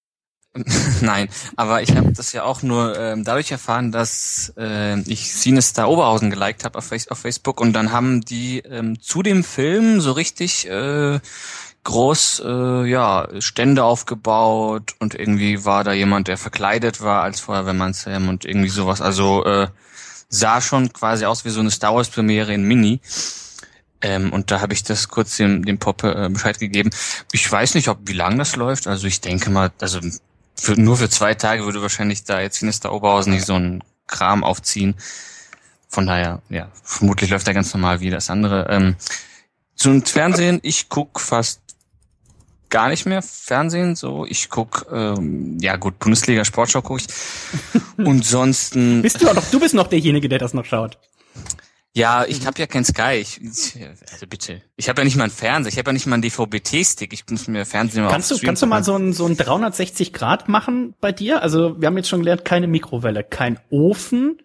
Nein, aber ich habe das ja auch nur ähm, dadurch erfahren, dass äh, ich Cinestar Oberhausen geliked habe auf, auf Facebook und dann haben die ähm, zu dem Film so richtig äh, groß äh, ja Stände aufgebaut und irgendwie war da jemand, der verkleidet war als Feuerwehrmann Sam und irgendwie sowas. Also äh, sah schon quasi aus wie so eine Star Wars Premiere in Mini. Ähm, und da habe ich das kurz dem, dem Pop äh, Bescheid gegeben. Ich weiß nicht, ob wie lang das läuft. Also ich denke mal, also für, nur für zwei Tage würde wahrscheinlich da jetzt Cinestar Oberhausen nicht so einen Kram aufziehen. Von daher, ja, vermutlich läuft er ganz normal wie das andere. Ähm, zum Fernsehen, ich guck fast gar nicht mehr Fernsehen. So, ich guck, ähm, ja gut, Bundesliga Sportschau gucke ich. Und sonst bist du auch noch, du bist noch derjenige, der das noch schaut. Ja, ich habe ja kein Sky. Ich, also bitte. Ich habe ja nicht mal einen Fernseher. Ich habe ja nicht mal einen D V B-T-Stick. Ich muss mir Fernsehen mal Kannst du, kannst du mal so ein so ein dreihundertsechzig Grad machen bei dir? Also wir haben jetzt schon gelernt, keine Mikrowelle, kein Ofen,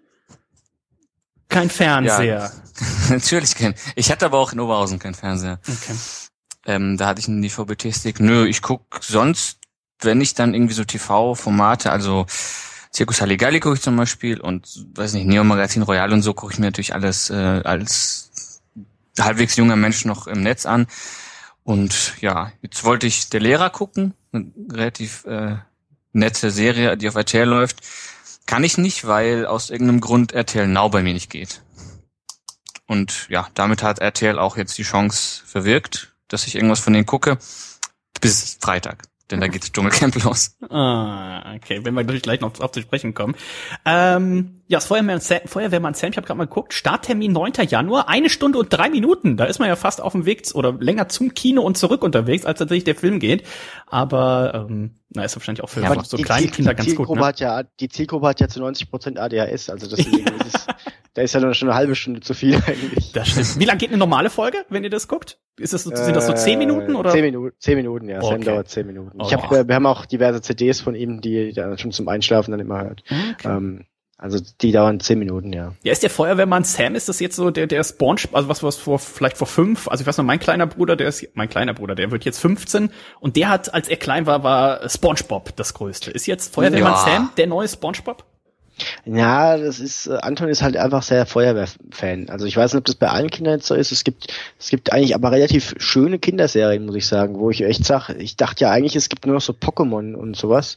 kein Fernseher. Ja, natürlich kein. Ich hatte aber auch in Oberhausen keinen Fernseher. Okay. Ähm, da hatte ich einen D V B-T-Stick. Nö, ich guck sonst, wenn ich dann irgendwie so T V-Formate, also Circus Halligalli gucke ich zum Beispiel und, weiß nicht, Neo Magazin Royal und so gucke ich mir natürlich alles äh, als halbwegs junger Mensch noch im Netz an. Und ja, jetzt wollte ich Der Lehrer gucken, eine relativ äh, nette Serie, die auf R T L läuft. Kann ich nicht, weil aus irgendeinem Grund R T L Now bei mir nicht geht. Und ja, damit hat R T L auch jetzt die Chance verwirkt, dass ich irgendwas von denen gucke, bis Freitag. Denn da geht das Dschungelcamp los. Ah, okay, wenn wir natürlich gleich noch auf zu sprechen kommen. Ähm, ja, das Feuerwehrmann Sam, Feuerwehrmann Sam, ich habe gerade mal geguckt, Starttermin neunter Januar, eine Stunde und drei Minuten. Da ist man ja fast auf dem Weg oder länger zum Kino und zurück unterwegs, als tatsächlich der Film geht. Aber ähm, na, ist wahrscheinlich auch für ja, so kleine Ziel, Kinder ganz gut. Ne? Hat ja, die Zielgruppe hat ja zu neunzig Prozent A D H S, also das ist, da ist ja noch schon eine halbe Stunde zu viel eigentlich. Das stimmt. Wie lang geht eine normale Folge, wenn ihr das guckt? Ist das, sind das so zehn Minuten oder? Zehn Minuten, zehn Minuten, ja. Okay. Sam dauert zehn Minuten. Okay. Ich hab, wir haben auch diverse C Ds von ihm, die er schon zum Einschlafen dann immer hört. Okay. Ähm, also die dauern zehn Minuten, ja. Ja, ist der Feuerwehrmann Sam, ist das jetzt so der der Spawn, also was was vor vielleicht vor fünf, also ich weiß noch, mein kleiner Bruder, der ist mein kleiner Bruder, der wird jetzt fünfzehn und der hat, als er klein war, war SpongeBob das Größte. Ist jetzt Feuerwehrmann ja. Sam der neue SpongeBob? Ja, das ist, äh, Anton ist halt einfach sehr Feuerwehrfan. Also ich weiß nicht, ob das bei allen Kindern jetzt so ist. Es gibt, es gibt eigentlich aber relativ schöne Kinderserien, muss ich sagen, wo ich echt sage, ich dachte ja eigentlich, es gibt nur noch so Pokémon und sowas.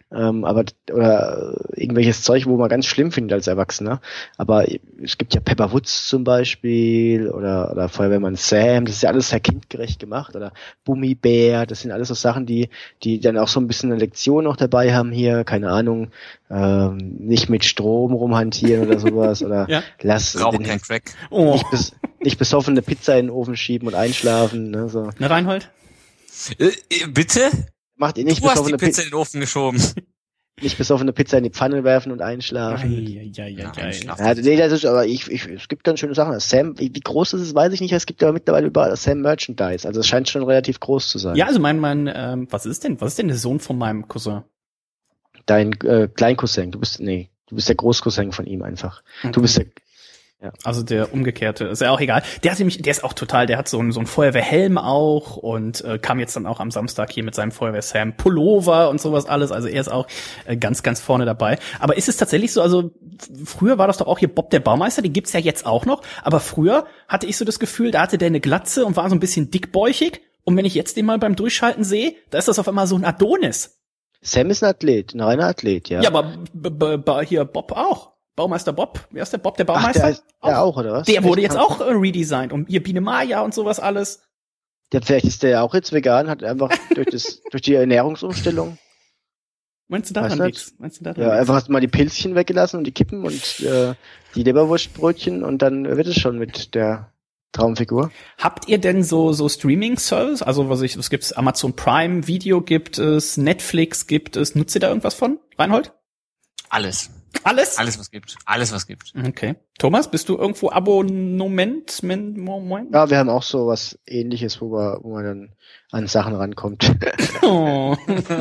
ähm, aber oder irgendwelches Zeug, wo man ganz schlimm findet als Erwachsener. Aber es gibt ja Pepper Woods zum Beispiel oder oder Feuerwehrmann Sam, das ist ja alles sehr kindgerecht gemacht, oder Bummibär, das sind alles so Sachen, die die dann auch so ein bisschen eine Lektion noch dabei haben hier, keine Ahnung, ähm, nicht mit Strom rumhantieren oder sowas oder ja. lass Rauch kein Crack. Oh. Nicht, bes, nicht besoffene Pizza in den Ofen schieben und einschlafen, ne, so. Na, Reinhold? Äh, bitte? Macht ihr nicht du hast die besoffene Pizza Pi- in den Ofen geschoben. Nicht besoffene Pizza in die Pfanne werfen und einschlafen. Ei, ei, ei, ei, ei. Ja, nee, das ist, aber ich, ich, es gibt ganz schöne Sachen. Sam, wie groß das ist, weiß ich nicht. Es gibt aber mittlerweile überall Sam Merchandise. Also es scheint schon relativ groß zu sein. Ja, also mein, mein, ähm, was ist denn, was ist denn der Sohn von meinem Cousin? Dein äh, Kleincousin. Du bist, nee, du bist der Großcousin von ihm einfach. Okay. Du bist der, ja. Also der Umgekehrte, ist ja auch egal. Der hat nämlich, der ist auch total, der hat so einen so einen Feuerwehrhelm auch und äh, kam jetzt dann auch am Samstag hier mit seinem Feuerwehr-Sam Pullover und sowas alles. Also er ist auch äh, ganz, ganz vorne dabei. Aber ist es tatsächlich so, also früher war das doch auch hier Bob der Baumeister, den gibt's ja jetzt auch noch. Aber früher hatte ich so das Gefühl, da hatte der eine Glatze und war so ein bisschen dickbäuchig. Und wenn ich jetzt den mal beim Durchschalten sehe, da ist das auf einmal so ein Adonis. Sam ist ein Athlet, ein reiner Athlet, ja. Ja, aber b- b- b- hier Bob auch. Baumeister Bob, wer ist der Bob, der Baumeister? Ach, der heißt, auch. Der auch, oder was? Der wurde jetzt auch äh, redesigned und ihr Biene Maya und sowas alles. Ja, vielleicht ist der ja auch jetzt vegan, hat einfach durch das, durch die Ernährungsumstellung. Meinst du daran nichts? Meinst du daran Ja, einfach mal die Pilzchen weggelassen und die Kippen und äh, die Leberwurstbrötchen und dann wird es schon mit der Traumfigur. Habt ihr denn so so Streaming-Service? Also was ich, was gibt's? Amazon Prime Video gibt es, Netflix gibt es. Nutzt ihr da irgendwas von, Reinhold? Alles. Alles? Alles, was gibt. Alles, was gibt. Okay. Thomas, bist du irgendwo Abonnement? Moment? Ja, wir haben auch so was Ähnliches, wo man, wo man dann an Sachen rankommt. Oh.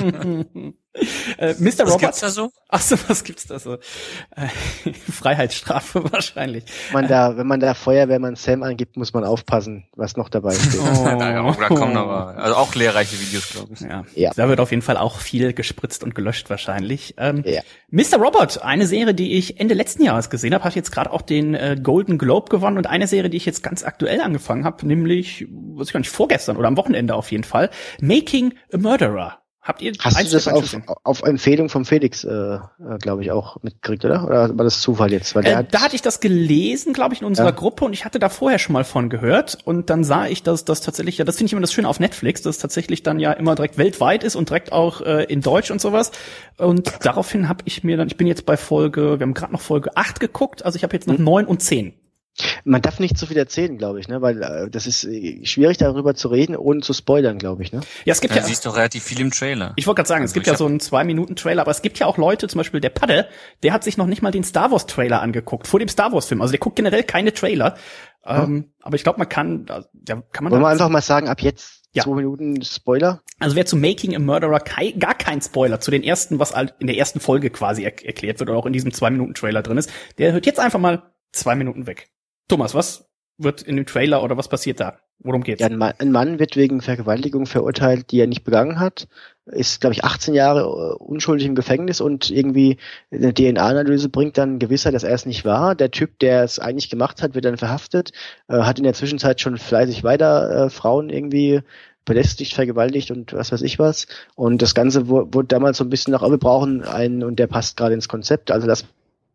äh, Mister Was Robert? gibt's da so? Ach so, was gibt's da so? Äh, Freiheitsstrafe wahrscheinlich. Man da, wenn man da Feuerwehrmann Sam angibt, muss man aufpassen, was noch dabei steht. Oh. da, da kommen aber, also auch lehrreiche Videos, glaube ich. Ja. Ja. Da wird auf jeden Fall auch viel gespritzt und gelöscht wahrscheinlich. Ähm, ja. Mister Robot, eine Serie, die ich Ende letzten Jahres gesehen habe, hat jetzt gerade auch den äh, Golden Globe gewonnen und eine Serie, die ich jetzt ganz aktuell angefangen habe, nämlich, weiß ich gar nicht, vorgestern oder am Wochenende auf jeden Fall, Making a Murderer. Habt ihr Hast du das auf, auf Empfehlung von Felix, äh, äh, glaube ich, auch mitgekriegt, oder? Oder war das Zufall jetzt? Weil der äh, hat da hatte ich das gelesen, glaube ich, in unserer ja. Gruppe und ich hatte da vorher schon mal von gehört und dann sah ich, dass das tatsächlich, ja, das finde ich immer das Schöne auf Netflix, dass es tatsächlich dann ja immer direkt weltweit ist und direkt auch äh, in Deutsch und sowas. Und daraufhin habe ich mir dann, ich bin jetzt bei Folge, wir haben gerade noch Folge acht geguckt, also ich habe jetzt noch neun und zehn. Man darf nicht zu viel erzählen, glaube ich, ne, weil äh, das ist äh, schwierig darüber zu reden, ohne zu spoilern, glaube ich, ne. Ja, es gibt ja, ja. siehst doch relativ viel im Trailer. Ich wollte gerade sagen, also es gibt ja so einen zwei Minuten Trailer, aber es gibt ja auch Leute, zum Beispiel der Padde, der hat sich noch nicht mal den Star Wars Trailer angeguckt vor dem Star Wars Film. Also der guckt generell keine Trailer. Ja. Ähm, aber ich glaube, man kann, ja, kann man. Wollen wir einfach mal sagen, ab jetzt ja. zwei Minuten Spoiler? Also wer zu Making a Murderer kei, gar kein Spoiler zu den ersten, was halt in der ersten Folge quasi er- erklärt wird oder auch in diesem zwei Minuten Trailer drin ist, der hört jetzt einfach mal zwei Minuten weg. Thomas, was wird in dem Trailer oder was passiert da? Worum geht's? Ja, ein Mann, ein Mann wird wegen Vergewaltigung verurteilt, die er nicht begangen hat, ist, glaube ich, achtzehn Jahre unschuldig im Gefängnis und irgendwie eine D N A-Analyse bringt dann Gewissheit, dass er es nicht war. Der Typ, der es eigentlich gemacht hat, wird dann verhaftet, äh, hat in der Zwischenzeit schon fleißig weiter äh, Frauen irgendwie belästigt, vergewaltigt und was weiß ich was. Und das Ganze wurde, wurde damals so ein bisschen nach, oh, wir brauchen einen und der passt gerade ins Konzept, also das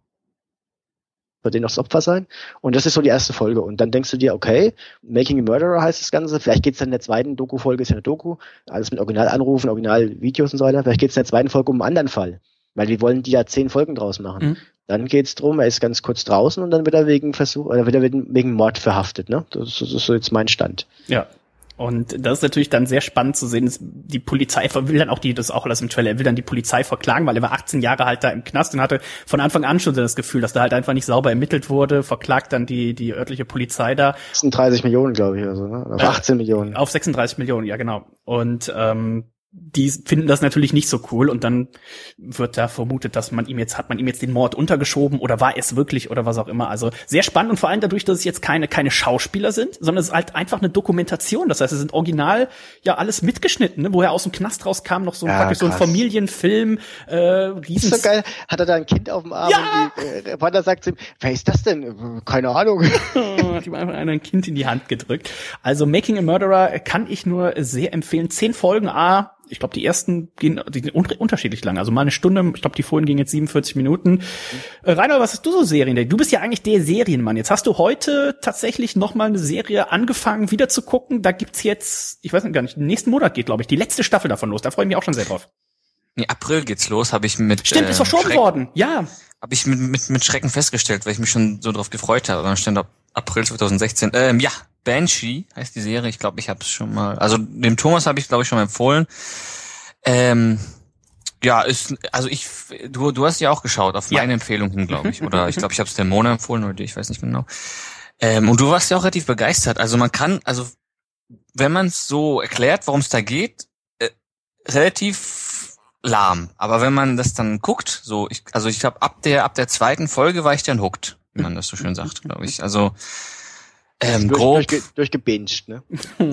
wird den noch das Opfer sein. Und das ist so die erste Folge. Und dann denkst du dir, okay, Making a Murderer heißt das Ganze. Vielleicht geht's dann in der zweiten Doku-Folge, ist ja eine Doku, alles mit Originalanrufen, Originalvideos und so weiter. Vielleicht geht's in der zweiten Folge um einen anderen Fall. Weil die wollen die da zehn Folgen draus machen. Mhm. Dann geht's drum, er ist ganz kurz draußen und dann wird er wegen Versuch, oder wird er wegen Mord verhaftet, ne? Das ist, das ist so jetzt mein Stand. Ja. Und das ist natürlich dann sehr spannend zu sehen, dass die Polizei will dann auch die, das ist auch alles im Trailer, er will dann die Polizei verklagen, weil er war achtzehn Jahre halt da im Knast und hatte von Anfang an schon das Gefühl, dass da halt einfach nicht sauber ermittelt wurde, verklagt dann die, die örtliche Polizei da. sechsunddreißig Millionen, glaube ich, oder so, ne? Auf äh, achtzehn Millionen. Auf sechsunddreißig Millionen, ja, genau. Und, ähm, die finden das natürlich nicht so cool und dann wird da vermutet, dass man ihm jetzt, hat man ihm jetzt den Mord untergeschoben oder war es wirklich oder was auch immer. Also sehr spannend und vor allem dadurch, dass es jetzt keine, keine Schauspieler sind, sondern es ist halt einfach eine Dokumentation. Das heißt, es sind original ja alles mitgeschnitten, ne? Wo er aus dem Knast rauskam, noch so, ja, praktisch so ein Familienfilm, äh, riesen. Ist so geil. Hat er da ein Kind auf dem Arm ja! und die äh, Vater sagt zu ihm, wer ist das denn? Keine Ahnung. Hat ihm einfach einer ein Kind in die Hand gedrückt. Also Making a Murderer kann ich nur sehr empfehlen. Zehn Folgen, A, Ich glaube, die ersten gehen die sind un- unterschiedlich lang. Also mal eine Stunde, ich glaube, die Folgen gingen jetzt siebenundvierzig Minuten. Mhm. Äh, Reinhold, was hast du so Serien? Du bist ja eigentlich der Serienmann. Jetzt hast du heute tatsächlich noch mal eine Serie angefangen, wieder zu gucken. Da gibt's jetzt, ich weiß nicht gar nicht, nächsten Monat geht, glaube ich, die letzte Staffel davon los. Da freue ich mich auch schon sehr drauf. Nee, April geht's los, habe ich mit Stimmt, ist verschoben Schreck, worden. Ja. Habe ich mit, mit mit Schrecken festgestellt, weil ich mich schon so drauf gefreut habe. Dann stand ab April zwanzig sechzehn. Ähm, ja, Banshee heißt die Serie. Ich glaube, ich habe es schon mal. Also dem Thomas habe ich glaube ich schon mal empfohlen. Ähm, ja, ist also ich du du hast ja auch geschaut auf meine ja. Empfehlung hin, glaube ich, oder ich glaube, ich habe es der Mona empfohlen oder dir, ich weiß nicht genau. Ähm, und du warst ja auch relativ begeistert. Also man kann, also wenn man es so erklärt, worum es da geht, äh, relativ lahm. Aber wenn man das dann guckt, so ich also ich glaube ab der ab der zweiten Folge war ich dann hooked, wie man das so schön sagt, glaube ich. Also ähm, durch, grob durch, durchgebinged, ne?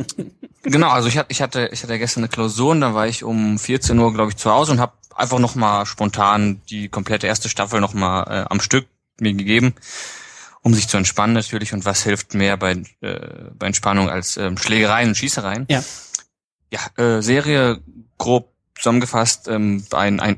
Genau, also ich hatte ich hatte ich hatte gestern eine Klausur und da war ich um vierzehn Uhr, glaube ich, zu Hause und habe einfach noch mal spontan die komplette erste Staffel noch mal äh, am Stück mir gegeben, um sich zu entspannen natürlich. Und was hilft mehr bei äh, bei Entspannung als ähm, Schlägereien und Schießereien? Ja. Ja, äh, Serie grob zusammengefasst, ähm, ein ein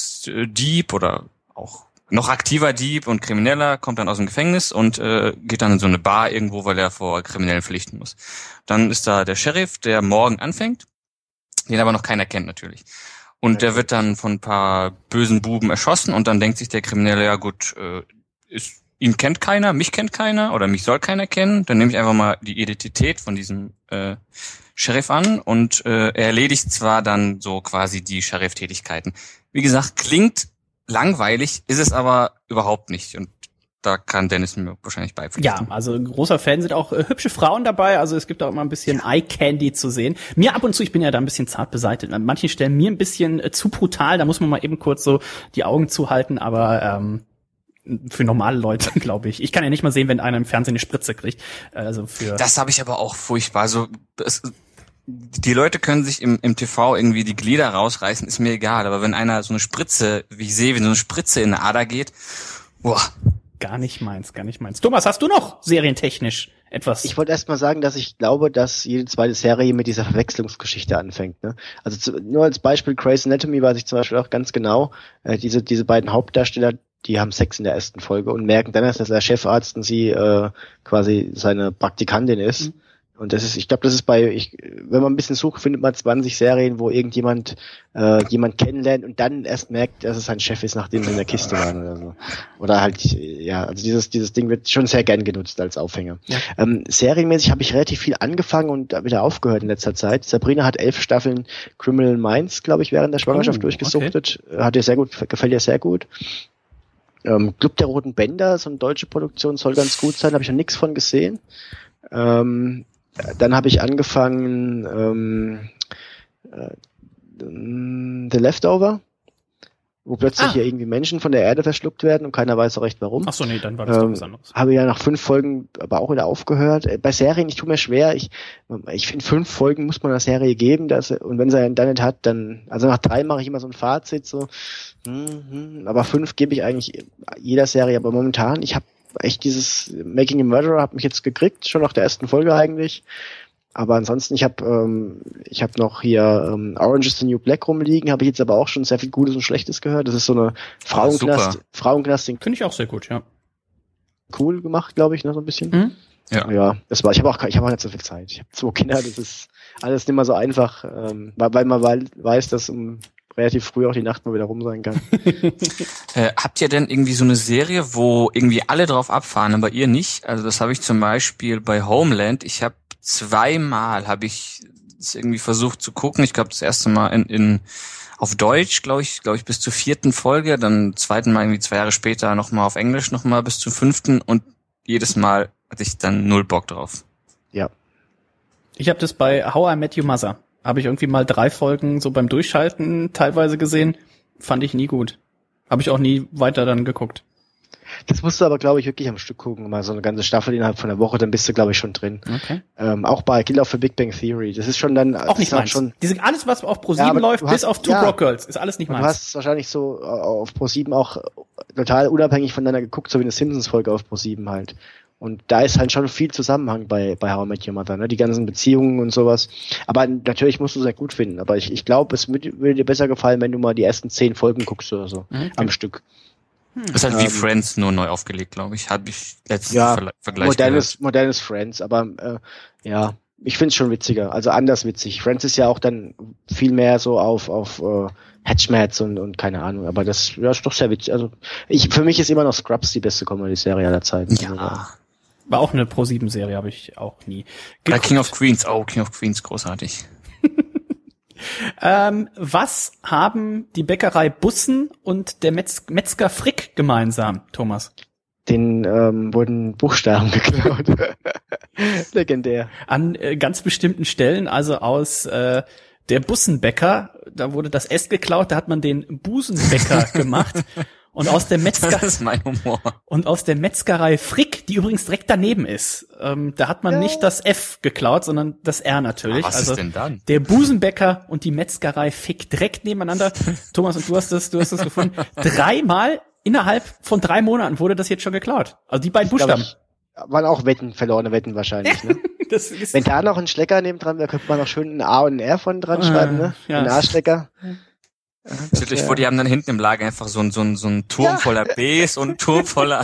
Ex-Dieb oder auch noch aktiver Dieb und Krimineller kommt dann aus dem Gefängnis und äh, geht dann in so eine Bar irgendwo, weil er vor Kriminellen pflichten muss. Dann ist da der Sheriff, der morgen anfängt, den aber noch keiner kennt natürlich. Und okay. Der wird dann von ein paar bösen Buben erschossen und dann denkt sich der Kriminelle, ja gut, äh, ist, ihn kennt keiner, mich kennt keiner oder mich soll keiner kennen, dann nehme ich einfach mal die Identität von diesem äh, Sheriff an und äh, er erledigt zwar dann so quasi die Sheriff-Tätigkeiten. Wie gesagt, klingt langweilig, ist es aber überhaupt nicht. Und da kann Dennis mir wahrscheinlich beipflichten. Ja, also ein großer Fan, sind auch äh, hübsche Frauen dabei. Also es gibt auch immer ein bisschen ja. Eye-Candy zu sehen. Mir ab und zu, ich bin ja da ein bisschen zart beseitigt. An manchen Stellen mir ein bisschen äh, zu brutal. Da muss man mal eben kurz so die Augen zuhalten. Aber ähm, für normale Leute, glaube ich. Ich kann ja nicht mal sehen, wenn einer im Fernsehen eine Spritze kriegt. Also für das habe ich aber auch furchtbar. So es, die Leute können sich im, im T V irgendwie die Glieder rausreißen, ist mir egal. Aber wenn einer so eine Spritze, wie ich sehe, wenn so eine Spritze in eine Ader geht, boah. Gar nicht meins, gar nicht meins. Thomas, hast du noch serientechnisch etwas? Ich wollte erst mal sagen, dass ich glaube, dass jede zweite Serie mit dieser Verwechslungsgeschichte anfängt. Ne? Also zu, nur als Beispiel Grey's Anatomy weiß ich zum Beispiel auch ganz genau, äh, diese diese beiden Hauptdarsteller, die haben Sex in der ersten Folge und merken dann, dass der Chefarzt und sie äh, quasi seine Praktikantin ist. Mhm. Und das ist, ich glaube, das ist bei, ich, wenn man ein bisschen sucht, findet man zwanzig Serien, wo irgendjemand äh, jemand kennenlernt und dann erst merkt, dass es sein Chef ist, nachdem sie in der Kiste waren oder so. Oder halt, ja, also dieses dieses Ding wird schon sehr gern genutzt als Aufhänger. Ja. Ähm, serienmäßig habe ich relativ viel angefangen und wieder aufgehört in letzter Zeit. Sabrina hat elf Staffeln Criminal Minds, glaube ich, während der Schwangerschaft oh, durchgesuchtet. Okay. Hat ihr sehr gut, gefällt ihr sehr gut. Ähm, Club der Roten Bänder, so eine deutsche Produktion, soll ganz gut sein, habe ich noch nichts von gesehen. Ähm, Dann habe ich angefangen ähm, äh, The Leftover, wo plötzlich ah. hier irgendwie Menschen von der Erde verschluckt werden und keiner weiß so recht warum. Ach so, nee, dann war das ähm, doch was anderes. Habe ja nach fünf Folgen aber auch wieder aufgehört. Bei Serien, ich tue mir schwer, ich ich finde, fünf Folgen muss man einer Serie geben, dass, und wenn sie dann nicht hat, dann, also nach drei mache ich immer so ein Fazit, so, hm, hm, aber fünf gebe ich eigentlich jeder Serie, aber momentan, ich habe echt dieses Making a Murderer hat mich jetzt gekriegt, schon nach der ersten Folge eigentlich. Aber ansonsten, ich habe ähm, ich habe noch hier ähm, Orange is the New Black rumliegen, habe ich jetzt aber auch schon sehr viel Gutes und Schlechtes gehört. Das ist so eine Frauenknast, oh, Frauenknasting. Finde ich auch sehr gut, ja. Cool gemacht, glaube ich, ne, so ein bisschen. Mhm. Ja. Ja, das war, ich habe auch, ich habe auch nicht so viel Zeit. Ich habe zwei Kinder, das ist alles nicht mehr so einfach, ähm, weil man weiß, dass um relativ früh auch die Nacht mal wieder rum sein kann. äh, habt ihr denn irgendwie so eine Serie, wo irgendwie alle drauf abfahren, aber ihr nicht? Also das habe ich zum Beispiel bei Homeland. Ich habe zweimal habe ich es irgendwie versucht zu gucken. Ich glaube das erste Mal in, in auf Deutsch, glaube ich, glaube ich bis zur vierten Folge, dann zweiten Mal irgendwie zwei Jahre später nochmal auf Englisch nochmal bis zur fünften und jedes Mal hatte ich dann null Bock drauf. Ja. Ich habe das bei How I Met Your Mother. Habe ich irgendwie mal drei Folgen so beim Durchschalten teilweise gesehen. Fand ich nie gut. Habe ich auch nie weiter dann geguckt. Das musst du aber, glaube ich, wirklich am Stück gucken. Mal so eine ganze Staffel innerhalb von einer Woche, dann bist du, glaube ich, schon drin. Okay. Ähm, auch bei Kill of the Big Bang Theory. Das ist schon dann... Auch nicht meins. Schon, Diese, alles, was auf Pro sieben ja, läuft, hast, bis auf Two ja, Broke Girls, ist alles nicht meins. Du hast wahrscheinlich so auf Pro sieben auch total unabhängig voneinander geguckt, so wie eine Simpsons-Folge auf Pro sieben halt. Und da ist halt schon viel Zusammenhang bei, bei How I Met Your Mother, ne? Die ganzen Beziehungen und sowas. Aber natürlich musst du es sehr gut finden. Aber ich, ich glaube, es würde dir besser gefallen, wenn du mal die ersten zehn Folgen guckst oder so. Okay. Am Stück. Hm. Das ist halt ähm, wie Friends, nur neu aufgelegt, glaube ich. Habe ich letztens ja, Ver- Vergleich modernes, gehört. modernes Friends. Aber äh, ja, ich finde es schon witziger. Also anders witzig. Friends ist ja auch dann viel mehr so auf, auf äh, Hatchmats und, und keine Ahnung. Aber das ja, ist doch sehr witzig. Also ich, für mich ist immer noch Scrubs die beste Comedy-Serie aller Zeiten. Ja. Also, war auch eine Pro sieben Serie, habe ich auch nie geguckt. King of Queens, oh, King of Queens, großartig. ähm, was haben die Bäckerei Bussen und der Metz- Metzger Frick gemeinsam, Thomas? Den ähm, wurden Buchstaben geklaut. Legendär. An äh, ganz bestimmten Stellen, also aus äh, der Bussenbäcker, da wurde das S geklaut, da hat man den Busenbäcker gemacht. Und aus der Metzger das ist mein Humor. Und aus der Metzgerei Frick, die übrigens direkt daneben ist, ähm, da hat man ja. nicht das F geklaut, sondern das R natürlich. Aber was also ist denn dann? Der Busenbäcker und die Metzgerei Frick direkt nebeneinander. Thomas, und du hast das, du hast das gefunden. Dreimal innerhalb von drei Monaten wurde das jetzt schon geklaut. Also die beiden ich Buchstaben. Glaub, waren auch Wetten, verlorene Wetten wahrscheinlich, ne? das ist Wenn da noch ein Schlecker neben dran wäre, könnte man noch schön ein A und ein R von dran schreiben, ne? Ja. Ein A-Schlecker. Stellt euch vor, die haben dann hinten im Lager einfach so ein, so ein, so ein Turm ja. voller Bs und ein Turm voller...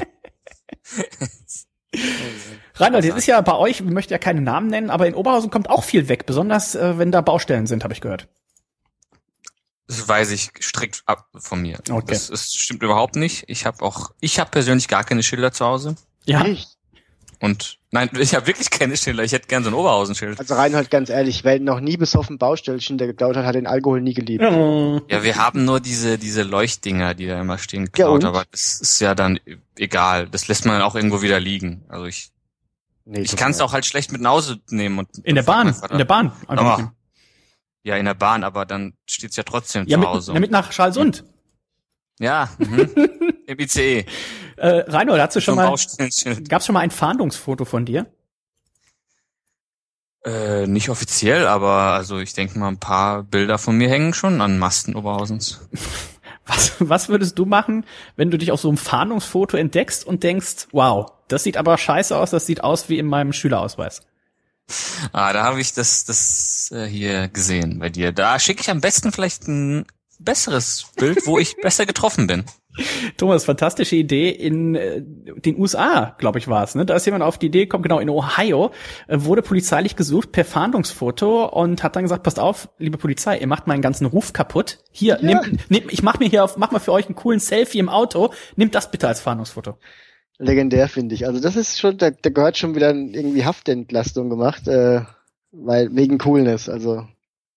Reinhold, jetzt ist ja bei euch, ich möchte ja keine Namen nennen, aber in Oberhausen kommt auch viel weg, besonders äh, wenn da Baustellen sind, habe ich gehört. Das weiß ich strikt ab von mir. Okay. Das, das stimmt überhaupt nicht. Ich habe auch, ich habe persönlich gar keine Schilder zu Hause. Ja. Nicht? Und nein, ich habe wirklich keine Schilder. Ich hätte gern so ein Oberhausen-Schild. Also Reinhold, ganz ehrlich, wer noch nie besoffen Baustellchen, der geklaut hat, hat den Alkohol nie geliebt. Ja, wir haben nur diese diese Leuchtdinger, die da immer stehen, geklaut. Ja, aber das ist ja dann egal. Das lässt man auch irgendwo wieder liegen. Also ich nee, ich kann es auch halt schlecht mit nach Hause nehmen. Und in der Bahn, in der Bahn. Einfach ja, in der Bahn, aber dann steht's ja trotzdem ja, zu mit, Hause. Ja, mit nach Schalsund. Ja, mhm. Im I C E. Äh, Reinhold, hast du schon mal, Baustellenschild. gab's schon mal ein Fahndungsfoto von dir? Äh, nicht offiziell, aber also ich denke mal, ein paar Bilder von mir hängen schon an Masten Oberhausens. Was, was würdest du machen, wenn du dich auf so einem Fahndungsfoto entdeckst und denkst, wow, das sieht aber scheiße aus, das sieht aus wie in meinem Schülerausweis? Ah, da habe ich das das äh, hier gesehen bei dir. Da schicke ich am besten vielleicht ein besseres Bild, wo ich besser getroffen bin. Thomas, fantastische Idee. In äh, den U S A, glaube ich, war es. Ne? Da ist jemand auf die Idee gekommen, genau, in Ohio äh, wurde polizeilich gesucht per Fahndungsfoto und hat dann gesagt, passt auf, liebe Polizei, ihr macht meinen ganzen Ruf kaputt. Hier, ja. nehmt, nehmt, ich mach mir hier auf, mach mal für euch einen coolen Selfie im Auto. Nehmt das bitte als Fahndungsfoto. Legendär, finde ich. Also das ist schon, da, da gehört schon wieder irgendwie Haftentlastung gemacht, äh, weil wegen Coolness, also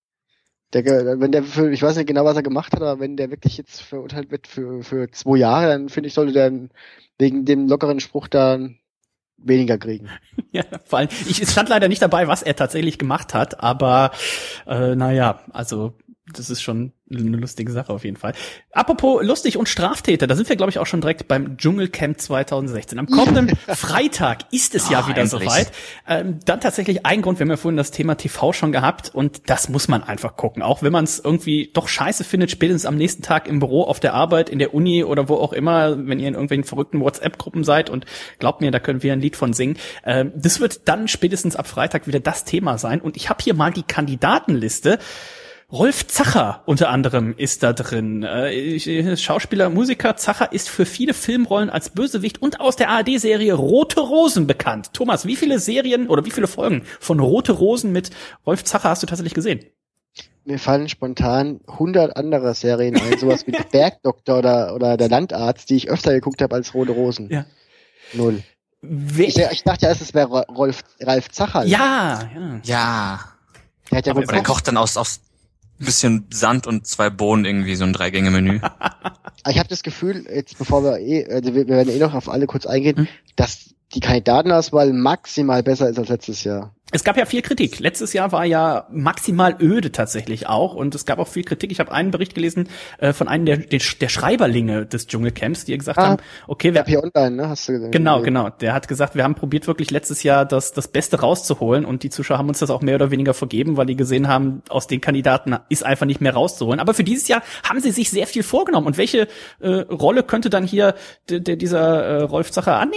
der, wenn der für, ich weiß nicht genau, was er gemacht hat, aber wenn der wirklich jetzt verurteilt wird für für zwei Jahre, dann finde ich, sollte der wegen dem lockeren Spruch da weniger kriegen. Ja, vor allem, ich es stand leider nicht dabei, was er tatsächlich gemacht hat, aber äh, naja, also das ist schon eine lustige Sache auf jeden Fall. Apropos lustig und Straftäter, da sind wir, glaube ich, auch schon direkt beim Dschungelcamp zwanzig sechzehn. Am kommenden Freitag ist es ja oh, wieder endlich. Soweit. Ähm, dann tatsächlich ein Grund, wir haben ja vorhin das Thema T V schon gehabt und das muss man einfach gucken. Auch wenn man es irgendwie doch scheiße findet, spätestens am nächsten Tag im Büro, auf der Arbeit, in der Uni oder wo auch immer, wenn ihr in irgendwelchen verrückten WhatsApp-Gruppen seid und glaubt mir, da können wir ein Lied von singen. Ähm, das wird dann spätestens ab Freitag wieder das Thema sein und ich habe hier mal die Kandidatenliste. Rolf Zacher unter anderem ist da drin. Äh, Schauspieler, Musiker. Zacher ist für viele Filmrollen als Bösewicht und aus der A R D-Serie Rote Rosen bekannt. Thomas, wie viele Serien oder wie viele Folgen von Rote Rosen mit Rolf Zacher hast du tatsächlich gesehen? Mir fallen spontan hundert andere Serien ein, sowas wie der Bergdoktor oder, oder der Landarzt, die ich öfter geguckt habe als Rote Rosen. Ja. Null. We- ich, ich dachte ja, es wäre Rolf, Ralf Zacher. Ja, ja. Ja. Der hat ja aber der kocht dann aus, aus ein bisschen Sand und zwei Bohnen irgendwie, so ein Drei-Gänge-Menü. Ich habe das Gefühl, jetzt bevor wir eh, also wir, wir werden eh noch auf alle kurz eingehen, hm? dass die Kandidatenauswahl maximal besser ist als letztes Jahr. Es gab ja viel Kritik. Letztes Jahr war ja maximal öde tatsächlich auch und es gab auch viel Kritik. Ich habe einen Bericht gelesen äh, von einem der, der der Schreiberlinge des Dschungelcamps, die gesagt ah, haben, okay, wir P Online, ne, hast du gesehen? Genau, genau. Der hat gesagt, wir haben probiert wirklich letztes Jahr das das Beste rauszuholen und die Zuschauer haben uns das auch mehr oder weniger vergeben, weil die gesehen haben, aus den Kandidaten ist einfach nicht mehr rauszuholen. Aber für dieses Jahr haben sie sich sehr viel vorgenommen. Und welche äh, Rolle könnte dann hier d- d- dieser äh, Rolf Zacher annehmen?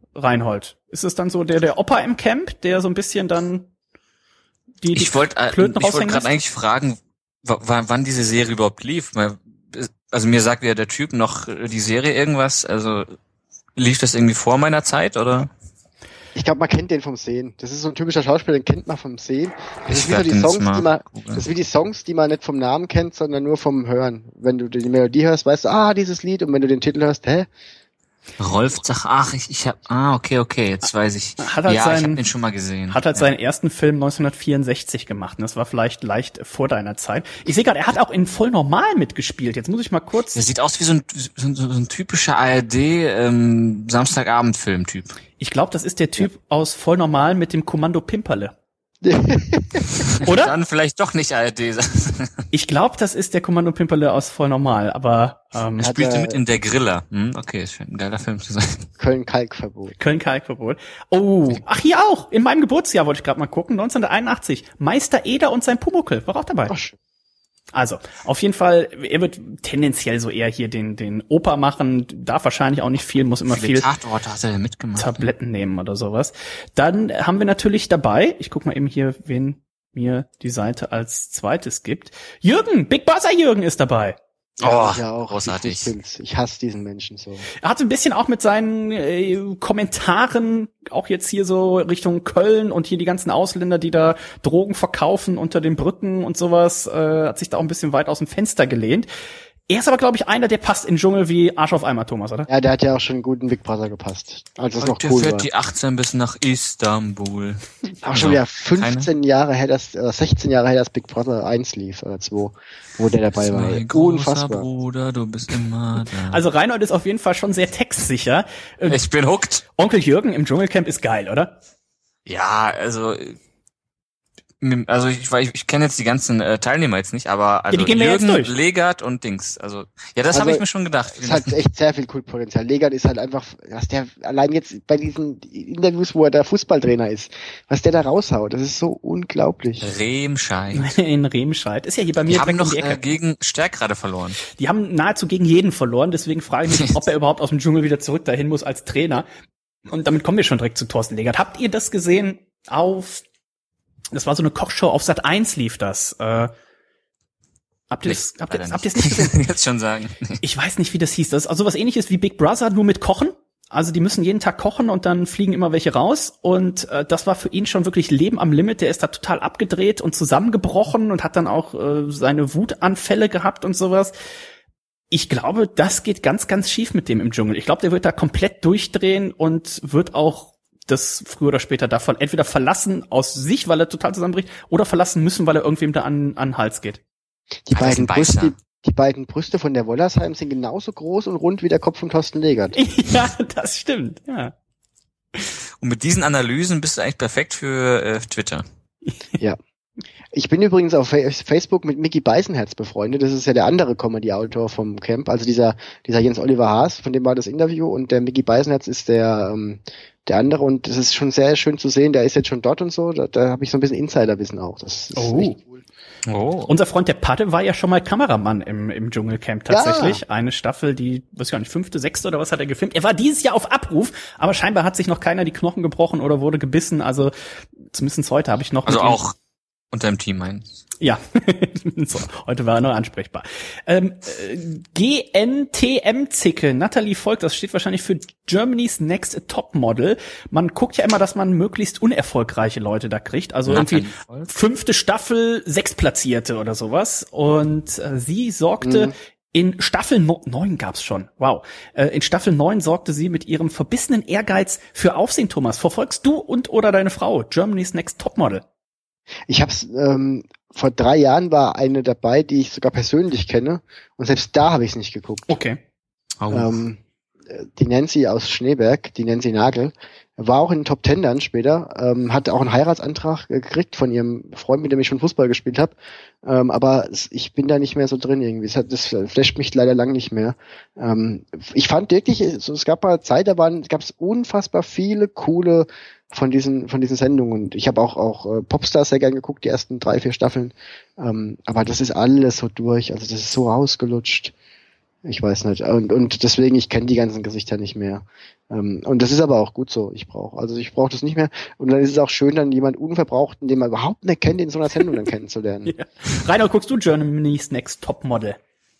Reinhold? Ist es dann so der der Opa im Camp, der so ein bisschen dann die, die Ich wollte äh, ich wollte gerade eigentlich fragen, w- wann diese Serie überhaupt lief. Also mir sagt ja der Typ noch die Serie irgendwas. Also lief das irgendwie vor meiner Zeit, oder? Ich glaube, man kennt den vom Sehen. Das ist so ein typischer Schauspieler, den kennt man vom Sehen. Das Ich ist wie so werd die den Songs, jetzt mal die man, googeln. das ist wie die Songs, die man nicht vom Namen kennt, sondern nur vom Hören. Wenn du die Melodie hörst, weißt du, ah, dieses Lied, und wenn du den Titel hörst, hä? Rolf Zach, ach, ich, ich hab, ah, okay, okay, jetzt weiß ich. Hat halt ja, seinen, ich habe den schon mal gesehen. Hat halt ja. seinen ersten Film neunzehnhundertvierundsechzig gemacht. Und das war vielleicht leicht vor deiner Zeit. Ich sehe gerade, er hat auch in Voll Normal mitgespielt. Jetzt muss ich mal kurz... Der sieht aus wie so ein, so, so ein typischer A R D ähm, Samstagabend-Film-Typ. Ich glaube, das ist der Typ ja. aus Voll Normal mit dem Kommando Pimperle. Oder? Dann vielleicht doch nicht A R D. Ich glaube, das ist der Kommando Pimperle aus Voll Normal, aber ähm, er spielte mit in Der Griller. Hm, okay, ist ein geiler Film zu sein. Köln-Kalkverbot. Köln-Kalkverbot. Oh, ach hier auch. In meinem Geburtsjahr wollte ich gerade mal gucken. neunzehnhunderteinundachtzig. Meister Eder und sein Pumuckl war auch dabei. Ach, schön. Also, auf jeden Fall, er wird tendenziell so eher hier den den Opa machen, darf wahrscheinlich auch nicht viel, muss immer Viele viel Tatorte hat er mitgemacht. Tabletten nehmen oder sowas. Dann haben wir natürlich dabei, ich guck mal eben hier, wen mir die Seite als zweites gibt. Jürgen, Big Brother Jürgen ist dabei. Oh, ja, auch großartig. Ich hasse diesen Menschen so. Er hatte ein bisschen auch mit seinen äh, Kommentaren, auch jetzt hier so Richtung Köln und hier die ganzen Ausländer, die da Drogen verkaufen unter den Brücken und sowas, äh, hat sich da auch ein bisschen weit aus dem Fenster gelehnt. Er ist aber, glaube ich, einer, der passt in den Dschungel wie Arsch auf Eimer, Thomas, oder? Ja, der hat ja auch schon einen guten Big Brother gepasst. Als es noch der cool fährt war. die achtzehn bis nach Istanbul. Auch schon wieder fünfzehn Jahre her, dass, oder sechzehn Jahre her, dass Big Brother eins lief, oder zwei, wo der dabei war. Mein Unfassbar. Bruder, du bist immer da. Also Reinhold ist auf jeden Fall schon sehr textsicher. Äh, Ich bin hooked. Onkel Jürgen im Dschungelcamp ist geil, oder? Ja, also also ich, ich, ich kenne jetzt die ganzen äh, Teilnehmer jetzt nicht, aber also ja, die gehen wir Jürgen, jetzt durch. Legert und Dings. Also ja, das Also, habe ich mir schon gedacht. Es hat echt sehr viel Kultpotenzial. Legert ist halt einfach, was der allein jetzt bei diesen Interviews, wo er der Fußballtrainer ist, was der da raushaut, das ist so unglaublich. Remscheid. In Remscheid. Ist ja hier bei mir Die haben direkt um noch die Ecke. äh, gegen Stärkrade verloren. Die haben nahezu gegen jeden verloren, deswegen frage ich mich, ob er überhaupt aus dem Dschungel wieder zurück dahin muss als Trainer. Und damit kommen wir schon direkt zu Thorsten Legert. Habt ihr das gesehen auf, das war so eine Kochshow, auf Sat eins lief das. Äh, habt ihr es habt ihr, habt ihr es nicht gesehen? Jetzt schon sagen. Ich weiß nicht, wie das hieß. Das ist also was ähnliches wie Big Brother, nur mit Kochen. Also die müssen jeden Tag kochen und dann fliegen immer welche raus. Und äh, das war für ihn schon wirklich Leben am Limit. Der ist da total abgedreht und zusammengebrochen und hat dann auch äh, seine Wutanfälle gehabt und sowas. Ich glaube, das geht ganz, ganz schief mit dem im Dschungel. Ich glaube, der wird da komplett durchdrehen und wird auch das früher oder später davon entweder verlassen aus sich, weil er total zusammenbricht, oder verlassen müssen, weil er irgendwem da an, an den Hals geht. Die War das beiden ein Beißer? Brüste, die beiden Brüste von der Wollersheim sind genauso groß und rund wie der Kopf von Thorsten Legert. Ja, das stimmt, ja. Und mit diesen Analysen bist du eigentlich perfekt für äh, Twitter. Ja. Ich bin übrigens auf Facebook mit Micky Beisenherz befreundet. Das ist ja der andere Comedy-Autor vom Camp. Also dieser dieser Jens Oliver Haas, von dem war das Interview. Und der Micky Beisenherz ist der ähm, der andere. Und das ist schon sehr schön zu sehen. Der ist jetzt schon dort und so. Da, da habe ich so ein bisschen Insiderwissen auch. Das ist Oh. echt cool. Oh. Unser Freund der Padde war ja schon mal Kameramann im, im Dschungelcamp tatsächlich. Ja. Eine Staffel, die, weiß ich gar nicht, fünfte, sechste oder was hat er gefilmt. Er war dieses Jahr auf Abruf, aber scheinbar hat sich noch keiner die Knochen gebrochen oder wurde gebissen. Also zumindest heute habe ich noch... Also mit ihm auch unter dem Team meins. Ja, so, heute war er noch ansprechbar. Ähm, äh, G N T M-Zicke, Natalie Volk, das steht wahrscheinlich für Germany's Next Topmodel. Man guckt ja immer, dass man möglichst unerfolgreiche Leute da kriegt. Also Natalie irgendwie Volk? fünfte Staffel, Sechstplatzierte oder sowas. Und äh, sie sorgte... Mhm. In Staffel neun gab's schon. Wow. Äh, in Staffel neun sorgte sie mit ihrem verbissenen Ehrgeiz für Aufsehen, Thomas. Verfolgst du und oder deine Frau Germany's Next Topmodel? Ich hab's, ähm, vor drei Jahren war eine dabei, die ich sogar persönlich kenne. Und selbst da habe ich es nicht geguckt. Okay. Oh. Ähm, die Nancy aus Schneeberg, die Nancy Nagel, war auch in den Top Ten dann später, ähm, hat auch einen Heiratsantrag gekriegt von ihrem Freund, mit dem ich schon Fußball gespielt habe. Ähm, aber ich bin da nicht mehr so drin irgendwie. Das, hat, das flasht mich leider lang nicht mehr. Ähm, ich fand wirklich, so, es gab mal Zeit, da waren, gab es unfassbar viele coole von diesen von diesen Sendungen. Und ich habe auch auch äh, Popstars sehr gern geguckt, die ersten drei, vier Staffeln. Ähm, aber das ist alles so durch. Also das ist so ausgelutscht. Ich weiß nicht. Und, und deswegen, ich kenne die ganzen Gesichter nicht mehr. Ähm, und das ist aber auch gut so. Ich brauche, also ich brauche das nicht mehr. Und dann ist es auch schön, dann jemand Unverbrauchten, den man überhaupt nicht kennt, in so einer Sendung dann kennenzulernen. Ja. Rainer, guckst du Germany's Next Topmodel?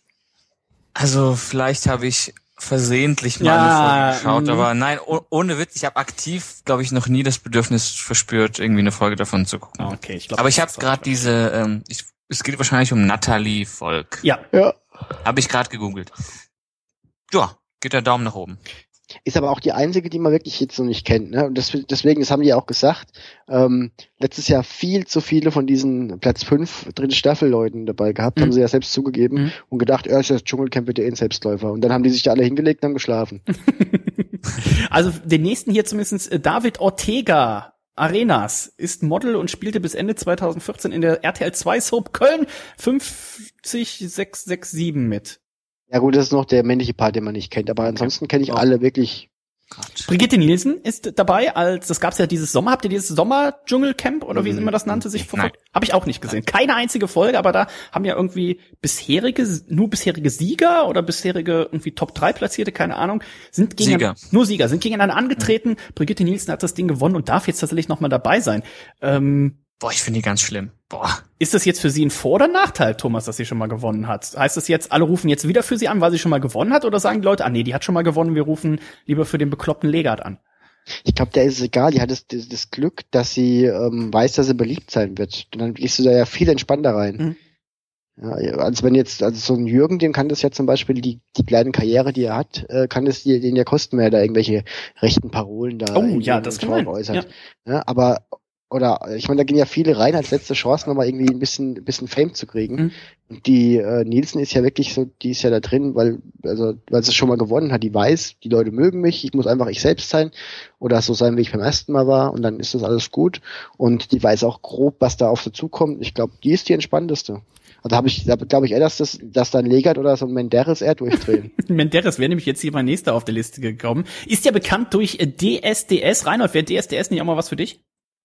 Also vielleicht habe ich versehentlich mal Ja, eine Folge geschaut, mh. aber nein, oh, ohne Witz, ich habe aktiv, glaube ich, noch nie das Bedürfnis verspürt, irgendwie eine Folge davon zu gucken. Okay, ich glaub, aber ich das habe ist gerade auch diese, ähm, ich, es geht wahrscheinlich um Natalie Volk. Ja. Ja. Habe ich gerade gegoogelt. Ja, geht der Daumen nach oben. Ist aber auch die einzige, die man wirklich jetzt noch nicht kennt. Ne? Und das, deswegen, das haben die ja auch gesagt, ähm, letztes Jahr viel zu viele von diesen Platz fünf dritte Staffel-Leuten dabei gehabt, Mhm. haben sie ja selbst zugegeben Mhm. und gedacht, ja, ist das Dschungelcamp wird ja eh ein Selbstläufer. Und dann haben die sich da alle hingelegt und haben geschlafen. Also den nächsten hier zumindest äh, David Ortega Arenas ist Model und spielte bis Ende zwanzig vierzehn in der R T L zwei Soap Köln fünfzig sechs sechs sieben mit. Ja gut, das ist noch der männliche Part, den man nicht kennt, aber ansonsten kenne ich Ja. alle wirklich. Gott. Brigitte Nielsen ist dabei, als das gab's ja dieses Sommer, habt ihr dieses Sommer-Dschungelcamp oder wie Mhm. immer das nannte, sich Nein. verfolgt? Habe ich auch nicht gesehen. Keine einzige Folge, aber da haben ja irgendwie bisherige, nur bisherige Sieger oder bisherige irgendwie Top drei Platzierte, keine Ahnung, sind gegen Sieger. nur Sieger, sind gegeneinander angetreten. Mhm. Brigitte Nielsen hat das Ding gewonnen und darf jetzt tatsächlich nochmal dabei sein. Ähm, Boah, ich finde die ganz schlimm. Boah. Ist das jetzt für Sie ein Vor- oder Nachteil, Thomas, dass sie schon mal gewonnen hat? Heißt das jetzt, alle rufen jetzt wieder für sie an, weil sie schon mal gewonnen hat? Oder sagen die Leute, ah nee, die hat schon mal gewonnen, wir rufen lieber für den bekloppten Legard an? Ich glaube, der ist es egal. Die hat das, das, das Glück, dass sie ähm, weiß, dass sie beliebt sein wird. Und dann gehst du da ja viel entspannter rein. Mhm. Ja, als wenn jetzt, also so ein Jürgen, dem kann das ja zum Beispiel die die kleine Karriere, die er hat, äh, kann das die, den ja kosten, wenn er da irgendwelche rechten Parolen da Oh, in ja, den das kann Foren sein. äußert. Ja. Ja, aber oder ich meine, da gehen ja viele rein als letzte Chance, nochmal irgendwie ein bisschen ein bisschen Fame zu kriegen. Mhm. Und die äh, Nielsen ist ja wirklich so, die ist ja da drin, weil also weil sie schon mal gewonnen hat, die weiß, die Leute mögen mich, ich muss einfach ich selbst sein oder so sein, wie ich beim ersten Mal war und dann ist das alles gut. Und die weiß auch grob, was da auf sie zukommt. Ich glaube, die ist die entspannteste. Also habe ich, da glaube ich eher, dass das, dass dann Legard oder so ein Menderes eher durchdrehen. Menderes wäre nämlich jetzt hier mein nächster auf der Liste gekommen. Ist ja bekannt durch äh, D S D S. Reinhold, wäre D S D S nicht auch mal was für dich?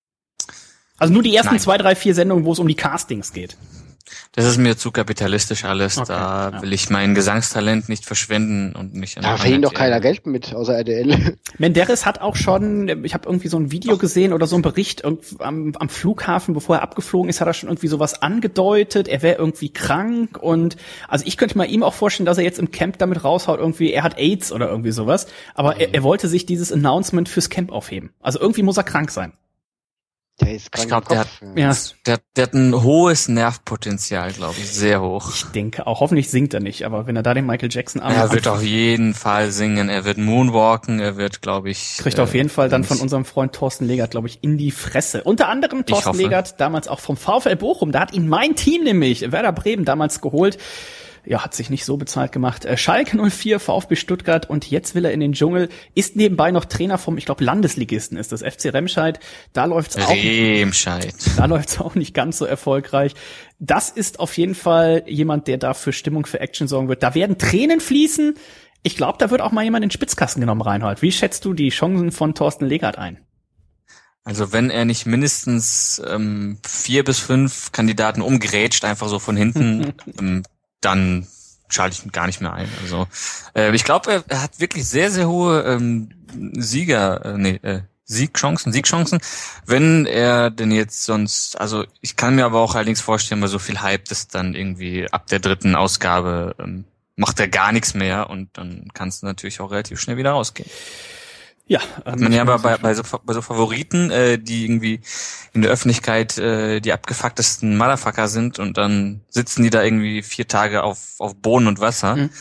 Also nur die ersten Nein. zwei, drei, vier Sendungen, wo es um die Castings geht. Das ist mir zu kapitalistisch alles. Okay, da ja. will ich mein Gesangstalent nicht verschwenden und mich an Da verdient doch keiner Geld mit, außer R T L. Menderes hat auch schon, ich habe irgendwie so ein Video gesehen oder so einen Bericht irgend- am, am Flughafen, bevor er abgeflogen ist, hat er schon irgendwie sowas angedeutet, er wäre irgendwie krank und also ich könnte mal ihm auch vorstellen, dass er jetzt im Camp damit raushaut, irgendwie er hat AIDS oder irgendwie sowas, aber er, er wollte sich dieses Announcement fürs Camp aufheben. Also irgendwie muss er krank sein. Der ist krank Ich glaube, im der Kopf. hat, Ja. der, der hat ein hohes Nervpotenzial, glaube ich, sehr hoch. Ich denke auch, hoffentlich singt er nicht, aber wenn er da den Michael Jackson am, Er wird am auf jeden Fall singen, er wird moonwalken, er wird, glaube ich... kriegt er auf jeden Fall dann äh, von unserem Freund Thorsten Legert, glaube ich, in die Fresse. Unter anderem Thorsten hoffe. Legert, damals auch vom VfL Bochum, da hat ihn mein Team nämlich, Werder Bremen, damals geholt. Ja, hat sich nicht so bezahlt gemacht. Äh, Schalke null vier, VfB Stuttgart und jetzt will er in den Dschungel. Ist nebenbei noch Trainer vom, ich glaube, Landesligisten ist das, F C Remscheid. Da läuft's auch, Remscheid. da läuft's auch nicht ganz so erfolgreich. Das ist auf jeden Fall jemand, der da für Stimmung, für Action sorgen wird. Da werden Tränen fließen. Ich glaube, da wird auch mal jemand in den Spitzkasten genommen, Reinhold. Wie schätzt du die Chancen von Thorsten Legert ein? Also wenn er nicht mindestens ähm, vier bis fünf Kandidaten umgrätscht, einfach so von hinten, ähm, dann schalte ich ihn gar nicht mehr ein. Also äh, ich glaube, er, er hat wirklich sehr, sehr hohe ähm, Sieger, äh, nee, äh, Siegchancen, Siegchancen, wenn er denn jetzt sonst, also ich kann mir aber auch allerdings vorstellen, bei so viel Hype, dass dann irgendwie ab der dritten Ausgabe ähm, macht er gar nichts mehr und dann kannst du natürlich auch relativ schnell wieder rausgehen. Ja, Hat man ja aber bei, bei, so, bei so Favoriten, äh, die irgendwie in der Öffentlichkeit äh, die abgefucktesten Motherfucker sind und dann sitzen die da irgendwie vier Tage auf, auf Bohnen und Wasser, Mhm.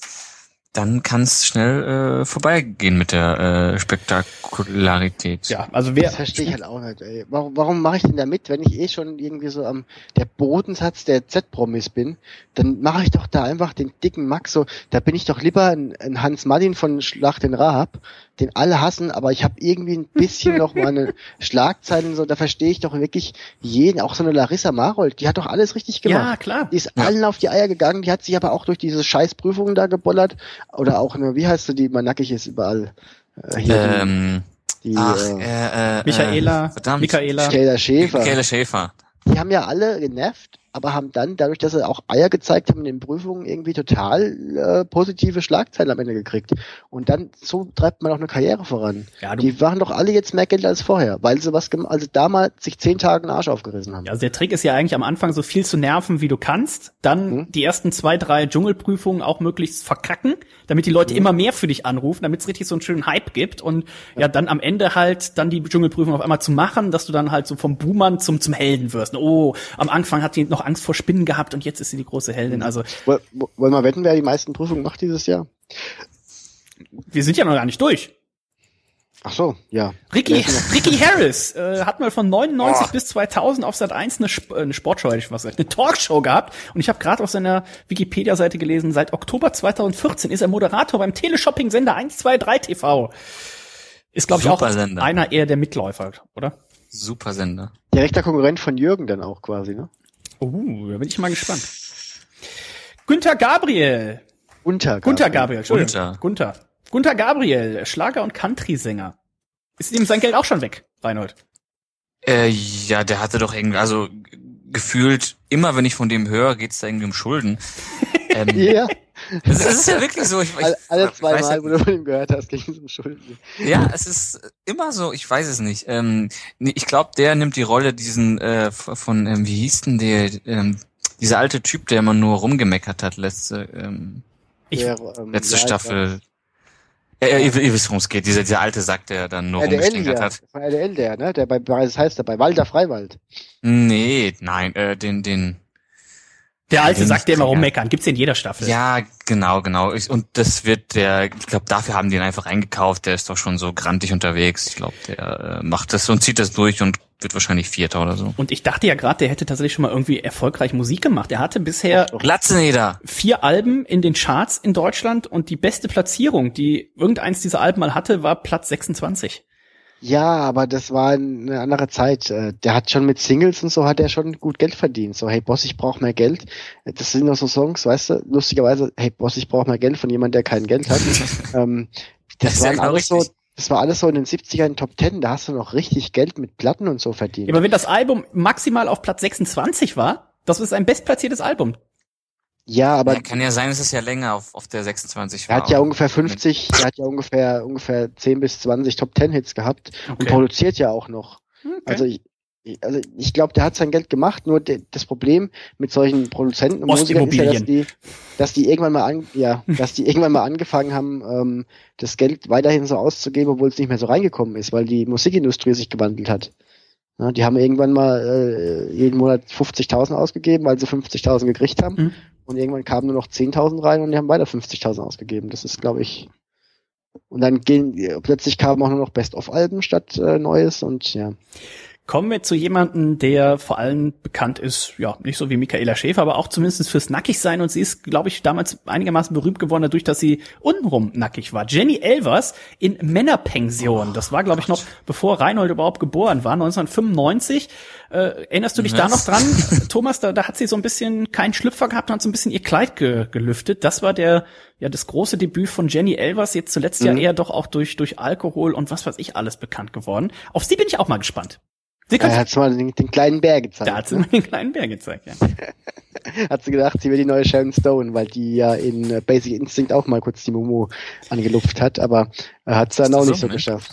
dann kann es schnell äh, vorbeigehen mit der äh, Spektakularität. Ja, also wer Das verstehe ich halt auch nicht, ey. Warum, warum mache ich denn da mit, wenn ich eh schon irgendwie so am der Bodensatz der Z-Promis bin, dann mache ich doch da einfach den dicken Max so, da bin ich doch lieber ein, ein Hans Martin von Schlacht den Rahab, den alle hassen, aber ich habe irgendwie ein bisschen noch mal eine Schlagzeilen so, da verstehe ich doch wirklich jeden, auch so eine Larissa Marold, die hat doch alles richtig gemacht. Ja, klar. Die ist Ja. allen auf die Eier gegangen, die hat sich aber auch durch diese scheiß Prüfungen da gebollert, oder auch eine, wie heißt du, die immer nackig ist überall, äh, hier Ähm, die, die ach, äh, äh, äh, Michaela, äh, verdammt. Michaela. Michaela Schäfer. Michaela Schäfer. Die haben ja alle genervt, aber haben dann, dadurch, dass sie auch Eier gezeigt haben in den Prüfungen, irgendwie total äh, positive Schlagzeilen am Ende gekriegt. Und dann, so treibt man auch eine Karriere voran. Ja, die machen doch alle jetzt mehr Geld als vorher, weil sie was gemacht, also damals sich zehn Tage den Arsch aufgerissen haben. Ja, also der Trick ist ja eigentlich am Anfang so viel zu nerven, wie du kannst, dann hm? die ersten zwei, drei Dschungelprüfungen auch möglichst verkacken, damit die Leute hm. immer mehr für dich anrufen, damit es richtig so einen schönen Hype gibt und ja. ja, dann am Ende halt dann die Dschungelprüfung auf einmal zu machen, dass du dann halt so vom Buhmann zum zum Helden wirst. Oh, am Anfang hat die noch Angst vor Spinnen gehabt und jetzt ist sie die große Heldin. Also wollen wir mal wetten, wer die meisten Prüfungen macht dieses Jahr? Wir sind ja noch gar nicht durch. Ach so, ja. Ricky, Ricky Harris äh, hat mal von neunundneunzig oh. bis zweitausend auf Sat eins eine, Sp- eine Sportshow, hätte ich was gesagt, eine Talkshow gehabt. Und ich habe gerade auf seiner Wikipedia-Seite gelesen, seit Oktober zweitausendvierzehn ist er Moderator beim Teleshopping-Sender eins zwei drei T V. Ist, glaube ich, auch Sender. Einer eher der Mitläufer, oder? Super Sender. Direkter Konkurrent von Jürgen dann auch quasi, ne? Oh, da bin ich mal gespannt. Günther Gabriel. Gunther Gabriel. Gunther Gabriel, Entschuldigung. Gunther. Gunther. Gunther Gabriel, Schlager- und Country-Sänger. Ist ihm sein Geld auch schon weg, Reinhold? Äh, ja, der hatte doch irgendwie, also gefühlt, immer wenn ich von dem höre, geht's da irgendwie um Schulden. ähm, Ja. Das ist ja wirklich so. Ich, ich, Alle zwei weiß Mal, ja, wo du von ihm gehört hast, ging es um Schulden. Ja, es ist immer so, ich weiß es nicht. Ähm, nee, ich glaube, der nimmt die Rolle diesen äh, von, ähm, wie hieß denn der, ähm, dieser alte Typ, der immer nur rumgemeckert hat, letzte, ähm, ich, der, ähm, letzte ja, Staffel. Ja, ja, ihr, ihr wisst, worum es geht. Dieser, dieser alte Sack, der dann nur rumgestänkert hat. Von R D L, der, ne? Der bei, das heißt der, bei Walter Freiwald. Nee, nein, äh, den, den, Der alte Sack, der immer rummeckern. Gibt's in jeder Staffel. Ja, genau, genau. Ich, und das wird der, ich glaube, dafür haben die ihn einfach eingekauft. Der ist doch schon so grantig unterwegs. Ich glaube, der äh, macht das und zieht das durch und wird wahrscheinlich Vierter oder so. Und ich dachte ja gerade, der hätte tatsächlich schon mal irgendwie erfolgreich Musik gemacht. Er hatte bisher Glatzeneder. vier Alben in den Charts in Deutschland und die beste Platzierung, die irgendeins dieser Alben mal hatte, war Platz sechsundzwanzig. Ja, aber das war eine andere Zeit. Der hat schon mit Singles und so hat er schon gut Geld verdient. So, hey Boss, ich brauche mehr Geld. Das sind noch so Songs, weißt du, lustigerweise, hey Boss, ich brauche mehr Geld von jemandem, der kein Geld hat. ähm, das, das, war ja alles so, das war alles so in den siebzigern Top Ten, da hast du noch richtig Geld mit Platten und so verdient. Ja, aber wenn das Album maximal auf Platz sechsundzwanzig war, das ist ein bestplatziertes Album. Ja, aber ja, kann ja sein, dass es ja länger auf auf der sechsundzwanzig war. Er hat ja ungefähr fünfzig, er hat ja ungefähr ungefähr zehn bis zwanzig Top Ten Hits gehabt okay. und produziert ja auch noch. Okay. Also ich also ich glaube, der hat sein Geld gemacht, nur de, das Problem mit solchen Produzenten und Musikern ist ja, dass die dass die irgendwann mal an, ja, dass die irgendwann mal angefangen haben, ähm, das Geld weiterhin so auszugeben, obwohl es nicht mehr so reingekommen ist, weil die Musikindustrie sich gewandelt hat. Ja, die haben irgendwann mal äh, jeden Monat fünfzigtausend ausgegeben, weil sie fünfzigtausend gekriegt haben. Mhm. Und irgendwann kamen nur noch zehntausend rein und die haben weiter fünfzigtausend ausgegeben. Das ist, glaube ich... Und dann gehen plötzlich kamen auch nur noch Best-of-Alben statt äh, Neues und ja... Kommen wir zu jemandem, der vor allem bekannt ist, ja, nicht so wie Michaela Schäfer, aber auch zumindest fürs Nackigsein. Und sie ist, glaube ich, damals einigermaßen berühmt geworden, dadurch, dass sie untenrum nackig war. Jenny Elvers in Männerpension. Das war, glaube ich, noch bevor Reinhold überhaupt geboren war, neunzehnhundertfünfundneunzig. Äh, erinnerst du dich da noch dran? Thomas, da, da hat sie so ein bisschen keinen Schlüpfer gehabt und hat so ein bisschen ihr Kleid ge- gelüftet. Das war der, ja, das große Debüt von Jenny Elvers, jetzt zuletzt mhm. ja eher doch auch durch, durch Alkohol und was weiß ich alles bekannt geworden. Auf sie bin ich auch mal gespannt. Er hat mal den, den kleinen Bär gezeigt. Da hat sie ne? mal den kleinen Bär gezeigt, ja. Hat sie gedacht, sie wäre die neue Sharon Stone, weil die ja in Basic Instinct auch mal kurz die Momo angelupft hat, aber er hat es dann auch nicht so, so geschafft.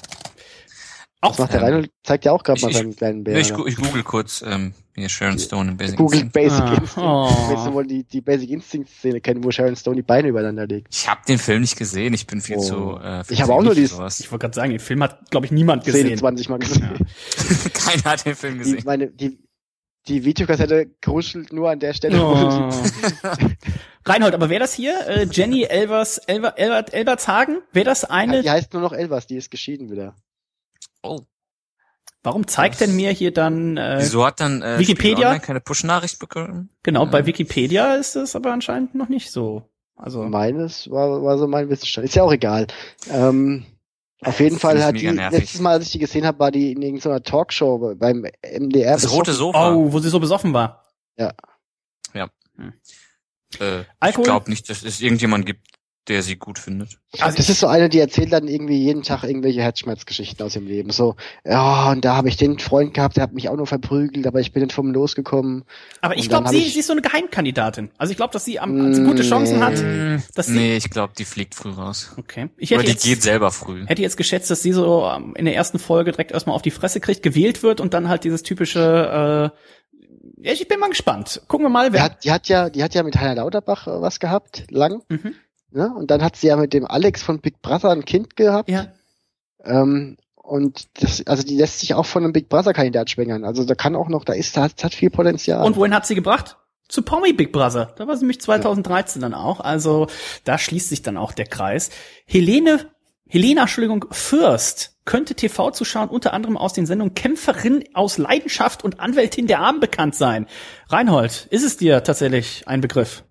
Auch Was macht der ähm, Reinhold? Zeigt ja auch gerade mal seinen kleinen Bär. Ich, ich google kurz ähm, hier Sharon Stone in Basic Google Instinct. Basic ah. Instinct. Oh. Willst du wohl die, die Basic Instinct-Szene kennen, wo Sharon Stone die Beine übereinander legt? Ich habe den Film nicht gesehen, ich bin viel oh. zu... Äh, ich habe auch nur dieses... sowas. Ich wollte gerade sagen, den Film hat, glaube ich, niemand gesehen. zehn, zwanzig Mal gesehen. Ja. Keiner hat den Film gesehen. Die, meine, die, die Videokassette kruschelt nur an der Stelle. Oh. Reinhold, aber wäre das hier, äh, Jenny Elvers, Elver, Elbert, Elbertshagen? Wäre das eine... Ja, die heißt nur noch Elvers, die ist geschieden wieder. Oh. Warum zeigt denn mir hier dann äh, Wieso hat dann äh, Wikipedia keine Push-Nachricht bekommen? Genau, ja. bei Wikipedia ist es aber anscheinend noch nicht so. Also meines war, war so mein Wissensstand. Ist ja auch egal. Ähm, auf jeden Fall hat die, nervig. Letztes Mal, als ich die gesehen habe, war die in irgendeiner Talkshow beim M D R. Das rote Sofa. Oh, wo sie so besoffen war. Ja. Ja. Hm. Äh, Alkohol? Ich glaube nicht, dass es irgendjemand gibt, der sie gut findet. Also das ist so eine, die erzählt dann irgendwie jeden Tag irgendwelche Herzschmerzgeschichten aus ihrem Leben. So, ja, und da habe ich den Freund gehabt, der hat mich auch nur verprügelt, aber ich bin nicht vom losgekommen. Aber ich glaube, sie, sie ist so eine Geheimkandidatin. Also ich glaube, dass sie am, also gute Chancen hat. Dass sie nee, ich glaube, die fliegt früh raus. Okay. Ich hätte Oder die jetzt, geht selber früh. Hätte jetzt geschätzt, dass sie so in der ersten Folge direkt erstmal auf die Fresse kriegt, gewählt wird und dann halt dieses typische, äh, ja, ich bin mal gespannt. Gucken wir mal, wer. Die hat, die hat ja, die hat ja mit Heiner Lauterbach äh, was gehabt, lang. Mhm. Ne? Und dann hat sie ja mit dem Alex von Big Brother ein Kind gehabt. Ja. Ähm, und das, also die lässt sich auch von einem Big Brother Kandidat schwängern. Also da kann auch noch, da ist, da hat, hat viel Potenzial. Und wohin hat sie gebracht? Zu Promi Big Brother. Da war sie nämlich zweitausenddreizehn ja. dann auch. Also da schließt sich dann auch der Kreis. Helene, Helena, Entschuldigung, Fürst könnte T V-Zuschauern unter anderem aus den Sendungen Kämpferin aus Leidenschaft und Anwältin der Armen bekannt sein. Reinhold, ist es dir tatsächlich ein Begriff?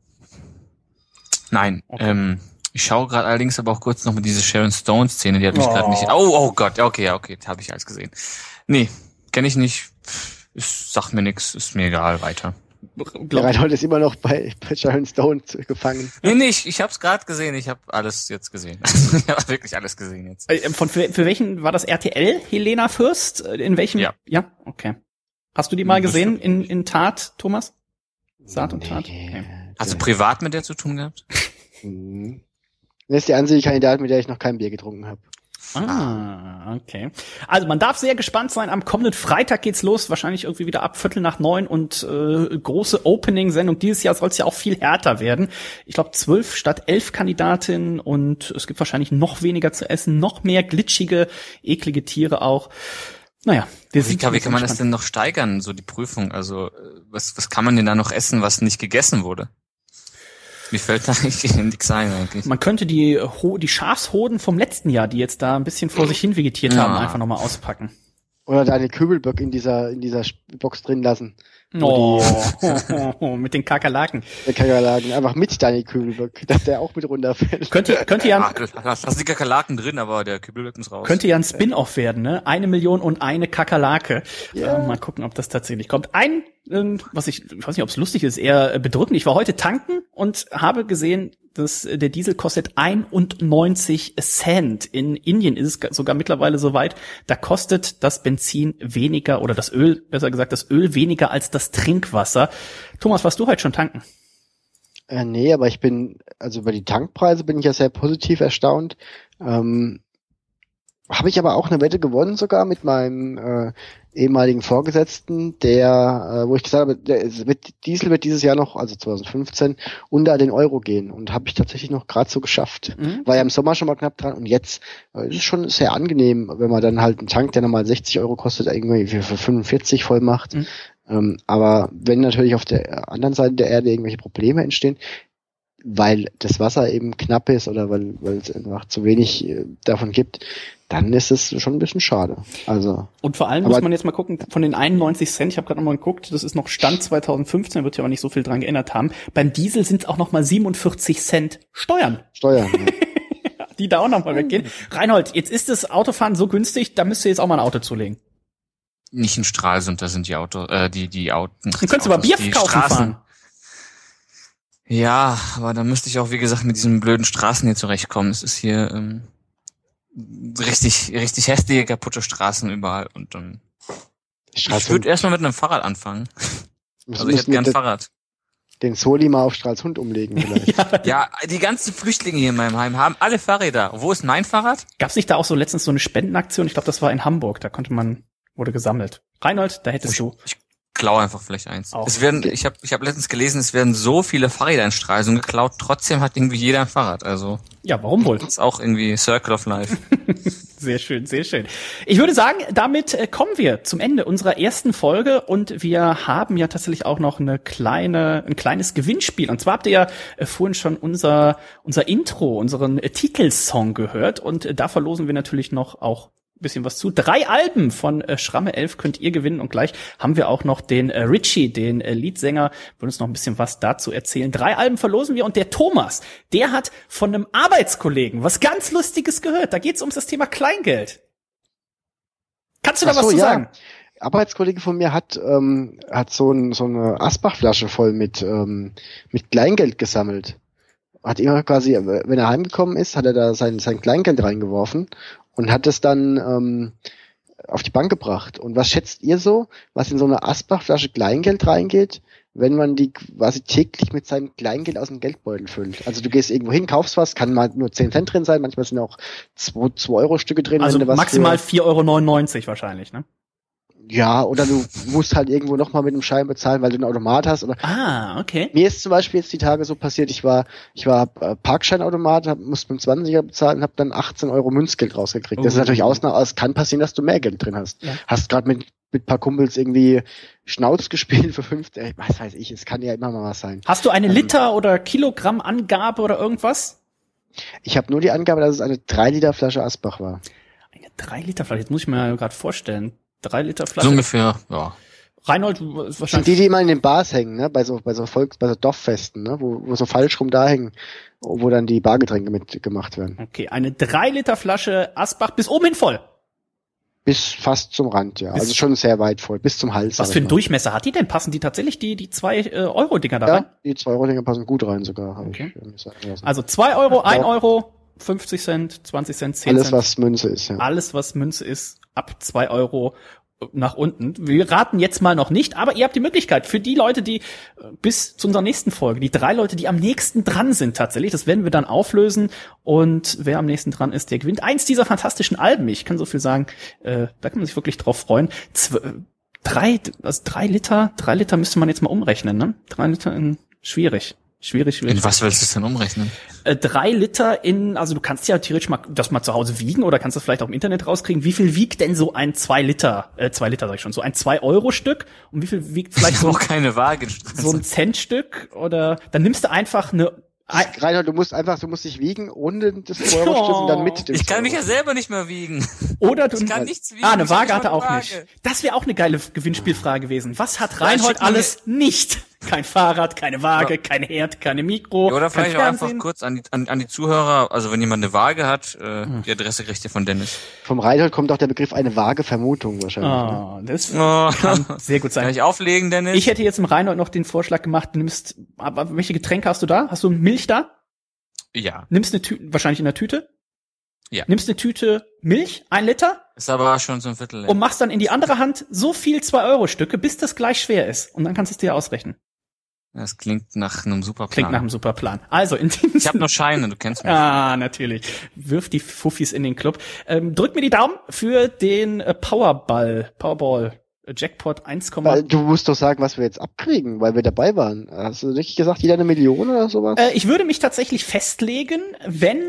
Nein, okay. ähm, ich schaue gerade allerdings aber auch kurz noch mal diese Sharon Stone-Szene, die hat mich oh. gerade nicht... Oh, oh Gott, okay, ja, okay, habe ich alles gesehen. Nee, kenne ich nicht, ist, sagt mir nix, ist mir egal, weiter. Der Reinhold ist immer noch bei, bei Sharon Stone gefangen. Nee, nee, ich, ich hab's gerade gesehen, ich habe alles jetzt gesehen. ich habe wirklich alles gesehen jetzt. Von für, für welchen war das R T L, Helena Fürst? In welchem? Ja. Ja, okay. Hast du die mal gesehen in, in Tat, Thomas? Saat und Tat? Okay. Hast du privat mit der zu tun gehabt? Mhm. Das ist die einzige Kandidatin, mit der ich noch kein Bier getrunken habe. Ah, okay. Also man darf sehr gespannt sein. Am kommenden Freitag geht's los, wahrscheinlich irgendwie wieder ab Viertel nach neun und äh, große Opening-Sendung. Dieses Jahr soll es ja auch viel härter werden. Ich glaube zwölf statt elf Kandidatinnen und es gibt wahrscheinlich noch weniger zu essen, noch mehr glitschige, eklige Tiere auch. Naja, wir sind. Wie kann, wie kann man das denn noch steigern, so die Prüfung? Also was, was kann man denn da noch essen, was nicht gegessen wurde? Mir fällt da eigentlich nichts ein eigentlich. Man könnte die, die Schafshoden vom letzten Jahr, die jetzt da ein bisschen vor sich hin vegetiert Ja. haben, einfach nochmal auspacken. Oder deine Kübelböck in dieser, in dieser Box drin lassen. Oh, mit den Kakerlaken. Der Kakerlaken. Einfach mit deine Kübelböck, dass der auch mit runterfällt. Könnte, könnte ja, Ah, da sind die Kakerlaken drin, aber der Kübelböck muss raus. könnte ja ein Spin-off werden, ne? Eine Million und eine Kakerlake. Ja. Äh, mal gucken, ob das tatsächlich kommt. Ein, äh, was ich, ich weiß nicht, ob es lustig ist, eher äh, bedrückend. Ich war heute tanken und habe gesehen, dass äh, der Diesel kostet einundneunzig Cent. In Indien ist es sogar mittlerweile so weit, da kostet das Benzin weniger, oder das Öl, besser gesagt, das Öl weniger als das Trinkwasser. Thomas, warst du heute schon tanken? Äh, nee, aber ich bin, also über die Tankpreise bin ich ja sehr positiv erstaunt. Ähm, habe ich aber auch eine Wette gewonnen sogar mit meinem äh, ehemaligen Vorgesetzten, der, äh, wo ich gesagt habe, der es wird, Diesel wird dieses Jahr noch, also zwanzig fünfzehn, unter den Euro gehen. Und habe ich tatsächlich noch gerade so geschafft. Mhm. War ja im Sommer schon mal knapp dran und jetzt äh, ist es schon sehr angenehm, wenn man dann halt einen Tank, der nochmal sechzig Euro kostet, irgendwie für, für fünfundvierzig voll macht. Mhm. Ähm, aber wenn natürlich auf der anderen Seite der Erde irgendwelche Probleme entstehen, weil das Wasser eben knapp ist oder weil, weil es einfach zu wenig äh, davon gibt, dann ist es schon ein bisschen schade. Also und vor allem muss man jetzt mal gucken, von den einundneunzig Cent, ich habe gerade nochmal geguckt, das ist noch Stand zwanzig fünfzehn, wird ja aber nicht so viel dran geändert haben. Beim Diesel sind es auch nochmal siebenundvierzig Cent Steuern. Steuern, ja. Die da auch nochmal weggehen. Reinhold, jetzt ist das Autofahren so günstig, da müsst ihr jetzt auch mal ein Auto zulegen. Nicht in Stralsund, da sind die Auto, äh, die, die Autos. Du könntest aber Bier kaufen fahren. Ja, aber da müsste ich auch, wie gesagt, mit diesen blöden Straßen hier zurechtkommen. Es ist hier ähm, richtig, richtig hässliche, kaputte Straßen überall. Und ähm, ich würde erstmal mit einem Fahrrad anfangen. Also ich hätte gern ein Fahrrad. Den Soli mal auf Stralsund umlegen vielleicht. ja. ja, die ganzen Flüchtlinge hier in meinem Heim haben alle Fahrräder. Wo ist mein Fahrrad? Gab's nicht da auch so letztens so eine Spendenaktion? Ich glaube, das war in Hamburg. Da konnte man, wurde gesammelt. Reinhold, da hättest ich, du. Ich klau einfach vielleicht eins. Auch. Es werden, ich habe ich hab letztens gelesen, es werden so viele Fahrräder in Stralsund geklaut, trotzdem hat irgendwie jeder ein Fahrrad, also. Ja, warum wohl? Das ist auch irgendwie Circle of Life. Sehr schön, sehr schön. Ich würde sagen, damit kommen wir zum Ende unserer ersten Folge und wir haben ja tatsächlich auch noch eine kleine, ein kleines Gewinnspiel. Und zwar habt ihr ja vorhin schon unser, unser Intro, unseren Titelsong gehört und da verlosen wir natürlich noch auch bisschen was zu. Drei Alben von äh, Schramme elf könnt ihr gewinnen und gleich haben wir auch noch den äh, Richie, den äh, Leadsänger, will uns noch ein bisschen was dazu erzählen. Drei Alben verlosen wir und der Thomas, der hat von einem Arbeitskollegen was ganz Lustiges gehört. Da geht's um das Thema Kleingeld. Kannst du da Ach so, was zu ja. sagen? Arbeitskollege von mir hat ähm, hat so, ein, so eine Asbachflasche voll mit ähm, mit Kleingeld gesammelt. hat immer quasi, wenn er heimgekommen ist, hat er da sein, sein Kleingeld reingeworfen und hat es dann ähm, auf die Bank gebracht. Und was schätzt ihr so, was in so eine Asbach-Flasche Kleingeld reingeht, wenn man die quasi täglich mit seinem Kleingeld aus dem Geldbeutel füllt? Also du gehst irgendwo hin, kaufst was, kann mal nur zehn Cent drin sein, manchmal sind auch zwei Euro Stücke drin. Also wenn du was maximal für, vier Euro neunundneunzig wahrscheinlich, ne? Ja, oder du musst halt irgendwo nochmal mit dem Schein bezahlen, weil du einen Automat hast. Oder Ah, okay. mir ist zum Beispiel jetzt die Tage so passiert, ich war ich war äh, Parkscheinautomat, hab, musste mit dem zwanziger bezahlen und habe dann achtzehn Euro Münzgeld rausgekriegt. Oh. Das ist natürlich Ausnahme, es kann passieren, dass du mehr Geld drin hast. Ja. Hast gerade mit mit ein paar Kumpels irgendwie Schnauz gespielt für fünf, äh, was weiß ich, es kann ja immer mal was sein. Hast du eine Ähm, Liter- oder Kilogramm-Angabe oder irgendwas? Ich habe nur die Angabe, dass es eine drei Liter Flasche Asbach war. Eine drei Liter Flasche, jetzt muss ich mir gerade vorstellen. drei Liter So Flasche. ungefähr, ja. Reinhold ist Das sind wahrscheinlich... die, die immer in den Bars hängen, ne? Bei so bei so Volks, bei so Dorffesten, ne? Wo, wo so falsch rum da hängen, wo dann die Bargetränke mit gemacht werden. Okay, eine drei Liter Flasche Asbach bis oben hin voll. Bis fast zum Rand, ja. Bis- Also schon sehr weit voll, bis zum Hals. Was sag für ich einen mal. Durchmesser hat die denn? Passen die tatsächlich die die zwei äh, Euro-Dinger da rein? Ja, die zwei Euro Dinger passen gut rein sogar, habe Okay. ich mir sagen lassen. Also zwei Euro, ein Ja. Euro, fünfzig Cent, zwanzig Cent, zehn Alles, Cent. was Münze ist, ja. Alles, was Münze ist, ab zwei Euro nach unten. Wir raten jetzt mal noch nicht, aber ihr habt die Möglichkeit für die Leute, die äh, bis zu unserer nächsten Folge, die drei Leute, die am nächsten dran sind tatsächlich, das werden wir dann auflösen und wer am nächsten dran ist, der gewinnt eins dieser fantastischen Alben. Ich kann so viel sagen, äh, da kann man sich wirklich drauf freuen. Zw drei, also drei Liter, drei Liter müsste man jetzt mal umrechnen, ne? Drei Liter in, schwierig. Schwierig, schwierig. In was willst du es denn umrechnen? Äh, drei Liter in, also du kannst ja theoretisch mal das mal zu Hause wiegen oder kannst das vielleicht auch im Internet rauskriegen. Wie viel wiegt denn so ein zwei Liter, äh, zwei Liter sag ich schon, so ein zwei Euro Stück? Und wie viel wiegt vielleicht Ich so, habe auch keine Waage. so ein Centstück? Oder dann nimmst du einfach eine, ein, Reinhold, du musst einfach, du musst dich wiegen ohne das zwei Euro Stück und dann mit dem Ich kann mich ja zwei selber nicht mehr wiegen. oder du, Ich kann nichts wiegen. ah, eine ich hab Waage hat er mal auch eine nicht. Waage. Das wäre auch eine geile Gewinnspielfrage gewesen. Was hat Ja, Reinhold schick mal alles nicht? Kein Fahrrad, keine Waage, Ja. kein Herd, keine Mikro, Ja, oder kein vielleicht auch einfach Fernsehen. kurz an die, an, an die Zuhörer, also wenn jemand eine Waage hat, äh, die Adresse kriegt ihr von Dennis. Vom Reinhold kommt auch der Begriff eine vage Vermutung wahrscheinlich. Ne? Ah, das Oh. kann sehr gut sein. Kann ich auflegen, Dennis? Ich hätte jetzt im Reinhold noch den Vorschlag gemacht, du nimmst, aber welche Getränke hast du da? Hast du Milch da? ja. Nimmst eine Tüte, wahrscheinlich in der Tüte? Ja. Nimmst eine Tüte Milch, ein Liter, Ist aber schon so ein Viertel. und machst dann in die andere Hand so viel zwei Euro Stücke, bis das gleich schwer ist. Und dann kannst du es dir ausrechnen. Das klingt nach einem super Plan. Klingt nach einem super Plan. Also, in dem Ich habe nur Scheine, du kennst mich. Ah, natürlich. Wirf die Fuffis in den Club. Ähm, drückt mir die Daumen für den äh, Powerball, Powerball äh, Jackpot eins, Weil du musst doch sagen, was wir jetzt abkriegen, weil wir dabei waren. Hast du richtig gesagt, jeder eine Million oder sowas? Äh, ich würde mich tatsächlich festlegen, wenn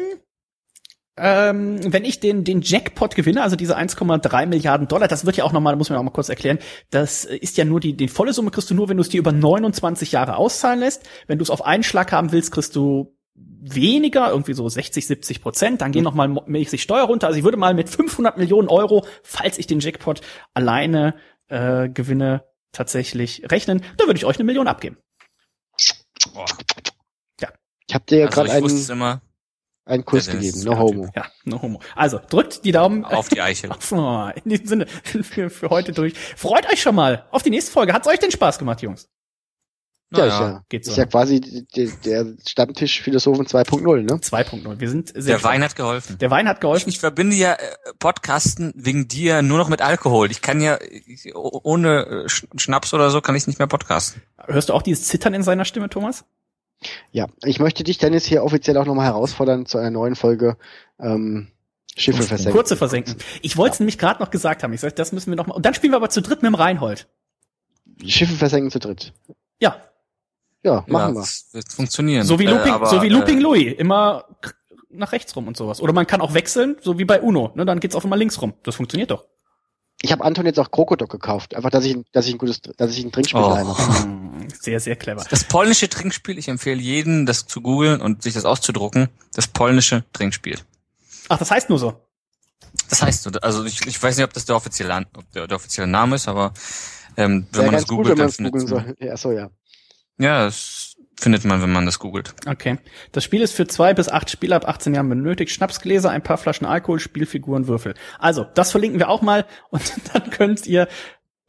ähm, wenn ich den den Jackpot gewinne, also diese eins Komma drei Milliarden Dollar, das wird ja auch nochmal, muss man auch mal kurz erklären, das ist ja nur die die volle Summe kriegst du nur, wenn du es dir über neunundzwanzig Jahre auszahlen lässt. Wenn du es auf einen Schlag haben willst, kriegst du weniger, irgendwie so sechzig, siebzig Prozent, dann gehen noch mal mäßig Steuer runter. Also ich würde mal mit fünfhundert Millionen Euro, falls ich den Jackpot alleine äh, gewinne, tatsächlich rechnen, da würde ich euch eine Million abgeben. Boah. Ich habe dir ja Also gerade ich einen, wusste es immer einen Kuss Der Dennis gegeben, ist no ein homo. Ja, no homo. Also, drückt die Daumen auf die Eichel. Oh, in diesem Sinne, für, für heute durch. Freut euch schon mal auf die nächste Folge. Hat's euch denn Spaß gemacht, Jungs? Ja, Naja. ist ja, Geht so. ist ja quasi der, der Stammtisch-Philosophen zwei Punkt null, ne? zwei Punkt null. Wir sind sehr Der Wein hat geholfen. Der Wein hat Ich, geholfen. ich verbinde ja äh, Podcasten wegen dir nur noch mit Alkohol. Ich kann ja ich, oh- ohne äh, Sch- Schnaps oder so kann ich nicht mehr podcasten. Hörst du auch dieses Zittern in seiner Stimme, Thomas? Ja, ich möchte dich, Dennis, hier offiziell auch nochmal herausfordern zu einer neuen Folge ähm, Schiffe versenken. Kurze versenken. Ich wollte es nämlich gerade noch gesagt haben. Ich sag, das müssen wir noch mal. Und dann spielen wir aber zu dritt mit dem Reinhold. Schiffe versenken zu dritt. Ja, Ja, machen ja, wir. das wird funktionieren. so wie Äh, Looping, aber, so wie Looping äh, Louis. Immer k- nach rechts rum und sowas. Oder man kann auch wechseln, so wie bei Uno. Ne, dann geht's auch immer links rum. Das funktioniert doch. Ich habe Anton jetzt auch Krokodok gekauft. Einfach, dass ich, dass ich ein gutes, dass ich ein Trinkspiel Oh. einmache. Hm, Sehr, sehr clever. Das polnische Trinkspiel, ich empfehle jedem, das zu googeln und sich das auszudrucken. Das polnische Trinkspiel. Ach, das heißt nur so. Das heißt, so, also ich, ich weiß nicht, ob das der offizielle, An- ob der, der offizielle Name ist, aber ähm, wenn Wäre man ganz das gut, googelt, wenn man dann es findet googeln man. soll. Ja, so, ja. Ja, das findet man, wenn man das googelt. Okay. Das Spiel ist für zwei bis acht Spieler ab achtzehn Jahren benötigt. Schnapsgläser, ein paar Flaschen Alkohol, Spielfiguren, Würfel. Also, das verlinken wir auch mal und dann könnt ihr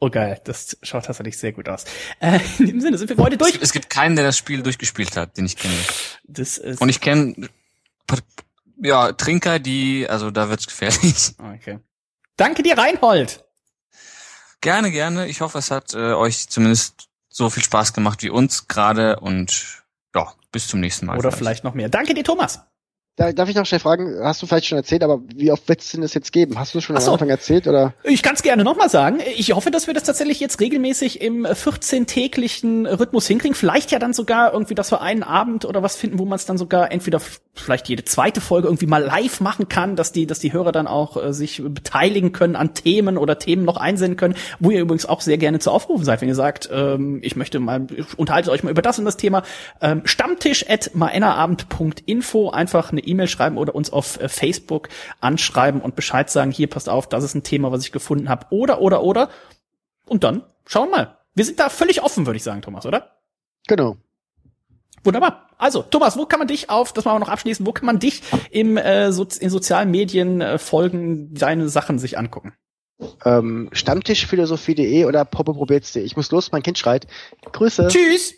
Oh geil, das schaut tatsächlich sehr gut aus. Äh, in diesem Sinne sind wir für heute durch. Es, es gibt keinen, der das Spiel durchgespielt hat, den ich kenne. Das ist Und ich kenne ja Trinker, die, also da wird's gefährlich. Okay. Danke dir, Reinhold. Gerne, gerne. Ich hoffe, es hat äh, euch zumindest so viel Spaß gemacht wie uns gerade und ja, bis zum nächsten Mal. Oder vielleicht, vielleicht noch mehr. Danke dir, Thomas. Da, darf ich noch schnell fragen, hast du vielleicht schon erzählt, aber wie oft wird es denn das jetzt geben? Hast du schon am so. Anfang erzählt, oder? Ich kann es gerne nochmal sagen. Ich hoffe, dass wir das tatsächlich jetzt regelmäßig im vierzehn-täglichen Rhythmus hinkriegen. Vielleicht ja dann sogar irgendwie, dass wir einen Abend oder was finden, wo man es dann sogar entweder vielleicht jede zweite Folge irgendwie mal live machen kann, dass die, dass die Hörer dann auch äh, sich beteiligen können an Themen oder Themen noch einsenden können, wo ihr übrigens auch sehr gerne zu aufrufen seid. Wenn ihr sagt, ähm, ich möchte mal, unterhaltet euch mal über das und das Thema, ähm, stammtisch at maennerabend punkt info, einfach eine E-Mail schreiben oder uns auf äh, Facebook anschreiben und Bescheid sagen, hier passt auf, das ist ein Thema, was ich gefunden habe, oder, oder, oder. Und dann schauen wir mal. Wir sind da völlig offen, würde ich sagen, Thomas, oder? Genau. Wunderbar. Also, Thomas, wo kann man dich auf, das machen wir noch abschließen, wo kann man dich im äh, so, in sozialen Medien äh, folgen, deine Sachen sich angucken? Ähm, Stammtischphilosophie punkt de oder poppe probiert's punkt de. Ich muss los, mein Kind schreit. Grüße. Tschüss.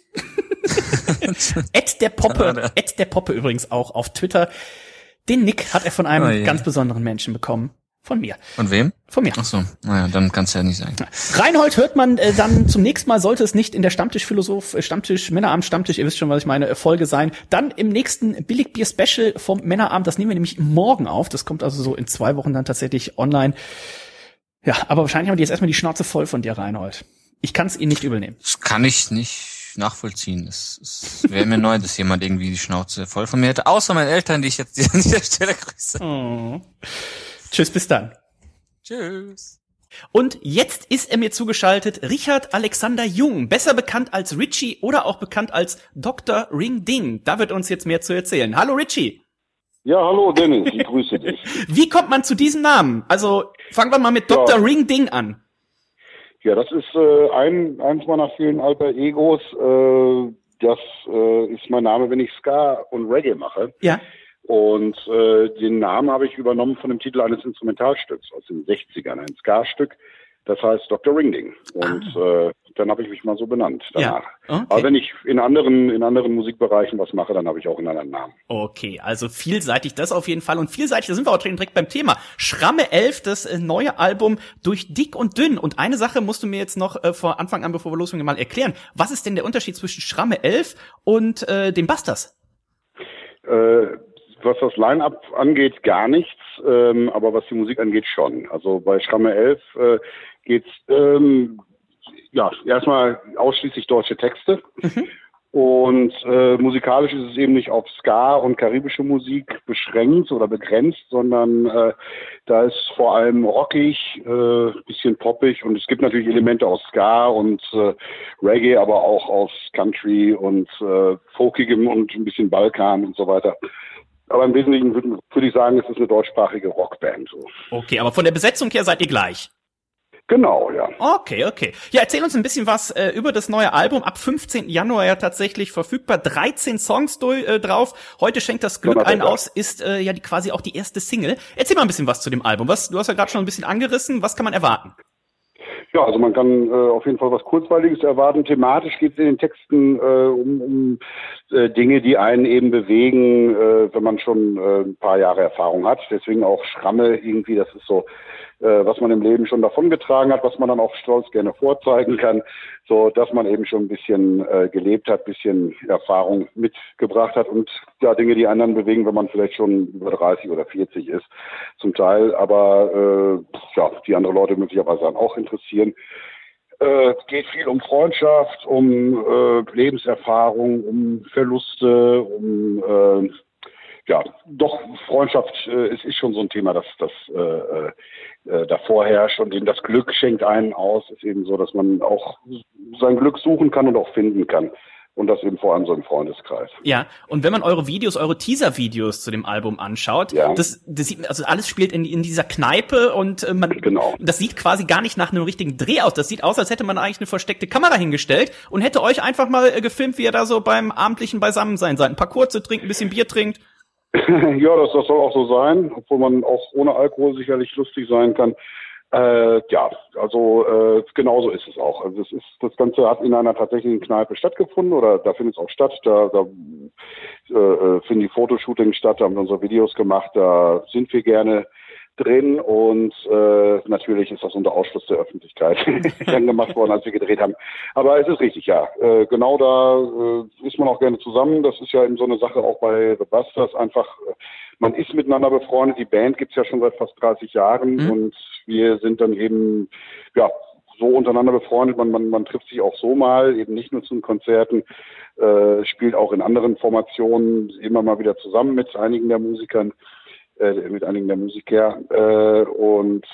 Ed der Poppe, Ed der Poppe übrigens auch auf Twitter. Den Nick hat er von einem oh, yeah. ganz besonderen Menschen bekommen. Von mir. Von wem? Von mir. Ach so, naja, dann kann es ja nicht sein. Reinhold hört man äh, dann zum nächsten Mal, sollte es nicht in der Stammtischphilosoph, äh, Stammtisch, Männerabend, Stammtisch, ihr wisst schon, was ich meine, Folge sein. Dann im nächsten Billigbier-Special vom Männerabend, das nehmen wir nämlich morgen auf. Das kommt also so in zwei Wochen dann tatsächlich online. Ja, aber wahrscheinlich haben die jetzt erstmal die Schnauze voll von dir, Reinhold. Ich kann es ihnen nicht übel nehmen. Das kann ich nicht nachvollziehen. Es, es wäre mir neu, dass jemand irgendwie die Schnauze voll von mir hätte. Außer meine Eltern, die ich jetzt an dieser Stelle grüße. Oh. Tschüss, bis dann. Tschüss. Und jetzt ist er mir zugeschaltet, Richard Alexander Jung, besser bekannt als Richie oder auch bekannt als Doktor Ring Ding. Da wird uns jetzt mehr zu erzählen. Hallo Richie. Ja, hallo Dennis, ich grüße dich. Wie kommt man zu diesem Namen? Also fangen wir mal mit Doktor Ja. Ring Ding an. Ja, das ist äh, ein eins meiner vielen alter Egos. Äh, das äh, ist mein Name, wenn ich Ska und Reggae mache. Ja. Und äh, den Namen habe ich übernommen von dem Titel eines Instrumentalstücks aus den sechzigern, ein Ska-Stück. Das heißt Doktor Ringding. Und ah. äh, dann habe ich mich mal so benannt danach. Ja. Okay. Aber wenn ich in anderen in anderen Musikbereichen was mache, dann habe ich auch einen anderen Namen. Okay, also vielseitig das auf jeden Fall. Und vielseitig, da sind wir auch direkt beim Thema. Schramme elf, das äh, neue Album Durch dick und dünn. Und eine Sache musst du mir jetzt noch äh, vor Anfang an, bevor wir loslegen, mal erklären. Was ist denn der Unterschied zwischen Schramme elf und äh, dem Busters? Äh, Was das Line-Up angeht, gar nichts, ähm, aber was die Musik angeht, schon. Also bei Schramme elf äh, geht's ähm, ja erstmal ausschließlich deutsche Texte. Mhm. Und äh, musikalisch ist es eben nicht auf Ska und karibische Musik beschränkt oder begrenzt, sondern äh, da ist vor allem rockig, äh, bisschen poppig und es gibt natürlich Elemente aus Ska und äh, Reggae, aber auch aus Country und äh, folkigem und ein bisschen Balkan und so weiter. Aber im Wesentlichen würde, würde ich sagen, es ist eine deutschsprachige Rockband. So. Okay, aber von der Besetzung her seid ihr gleich? Genau, ja. Okay, okay. Ja, erzähl uns ein bisschen was äh, über das neue Album. Ab fünfzehnten Januar ja tatsächlich verfügbar. dreizehn Songs durch, äh, drauf. Heute schenkt das Glück einen aus, ist äh, ja die, quasi auch die erste Single. Erzähl mal ein bisschen was zu dem Album. Was, du hast ja gerade schon ein bisschen angerissen. Was kann man erwarten? Ja, also man kann äh, auf jeden Fall was Kurzweiliges erwarten. Thematisch geht es in den Texten äh, um, um äh, Dinge, die einen eben bewegen, äh, wenn man schon äh, ein paar Jahre Erfahrung hat. Deswegen auch Schramme irgendwie, das ist so, äh, was man im Leben schon davongetragen hat, was man dann auch stolz gerne vorzeigen kann, so dass man eben schon ein bisschen äh, gelebt hat, bisschen Erfahrung mitgebracht hat und ja, Dinge, die anderen bewegen, wenn man vielleicht schon über dreißig oder vierzig ist, zum Teil, aber äh, ja, die andere Leute möglicherweise dann auch interessieren. Es äh, geht viel um Freundschaft, um äh, Lebenserfahrung, um Verluste, um äh, ja, doch Freundschaft, äh, es ist schon so ein Thema, das das äh, äh, davor herrscht und eben das Glück schenkt einen aus. Es ist eben so, dass man auch sein Glück suchen kann und auch finden kann. Und das eben vor allem so im Freundeskreis. Ja, und wenn man eure Videos, eure Teaser-Videos zu dem Album anschaut, ja. das, das sieht, also alles spielt in, in dieser Kneipe und äh, man, genau. Das sieht quasi gar nicht nach einem richtigen Dreh aus. Das sieht aus, als hätte man eigentlich eine versteckte Kamera hingestellt und hätte euch einfach mal äh, gefilmt, wie ihr da so beim abendlichen Beisammensein seid. Ein paar kurze trinkt, ein bisschen Bier trinkt. Ja, das, das soll auch so sein, obwohl man auch ohne Alkohol sicherlich lustig sein kann. Äh, ja, also äh, genauso ist es auch. Also es ist, das Ganze hat in einer tatsächlichen Kneipe stattgefunden oder da findet es auch statt. Da, da äh, finden die Fotoshootings statt, da haben wir unsere Videos gemacht, da sind wir gerne drin und äh, natürlich ist das unter Ausschluss der Öffentlichkeit dann gemacht worden, als wir gedreht haben. Aber es ist richtig, ja. Äh, genau da äh, ist man auch gerne zusammen. Das ist ja eben so eine Sache auch bei The Busters. Einfach, äh, man ist miteinander befreundet. Die Band gibt's ja schon seit fast dreißig Jahren mhm. und wir sind dann eben, ja, so untereinander befreundet. Man, man, man trifft sich auch so mal, eben nicht nur zu den Konzerten, äh, spielt auch in anderen Formationen immer mal wieder zusammen mit einigen der Musikern. Äh, mit einigen der Musiker äh, und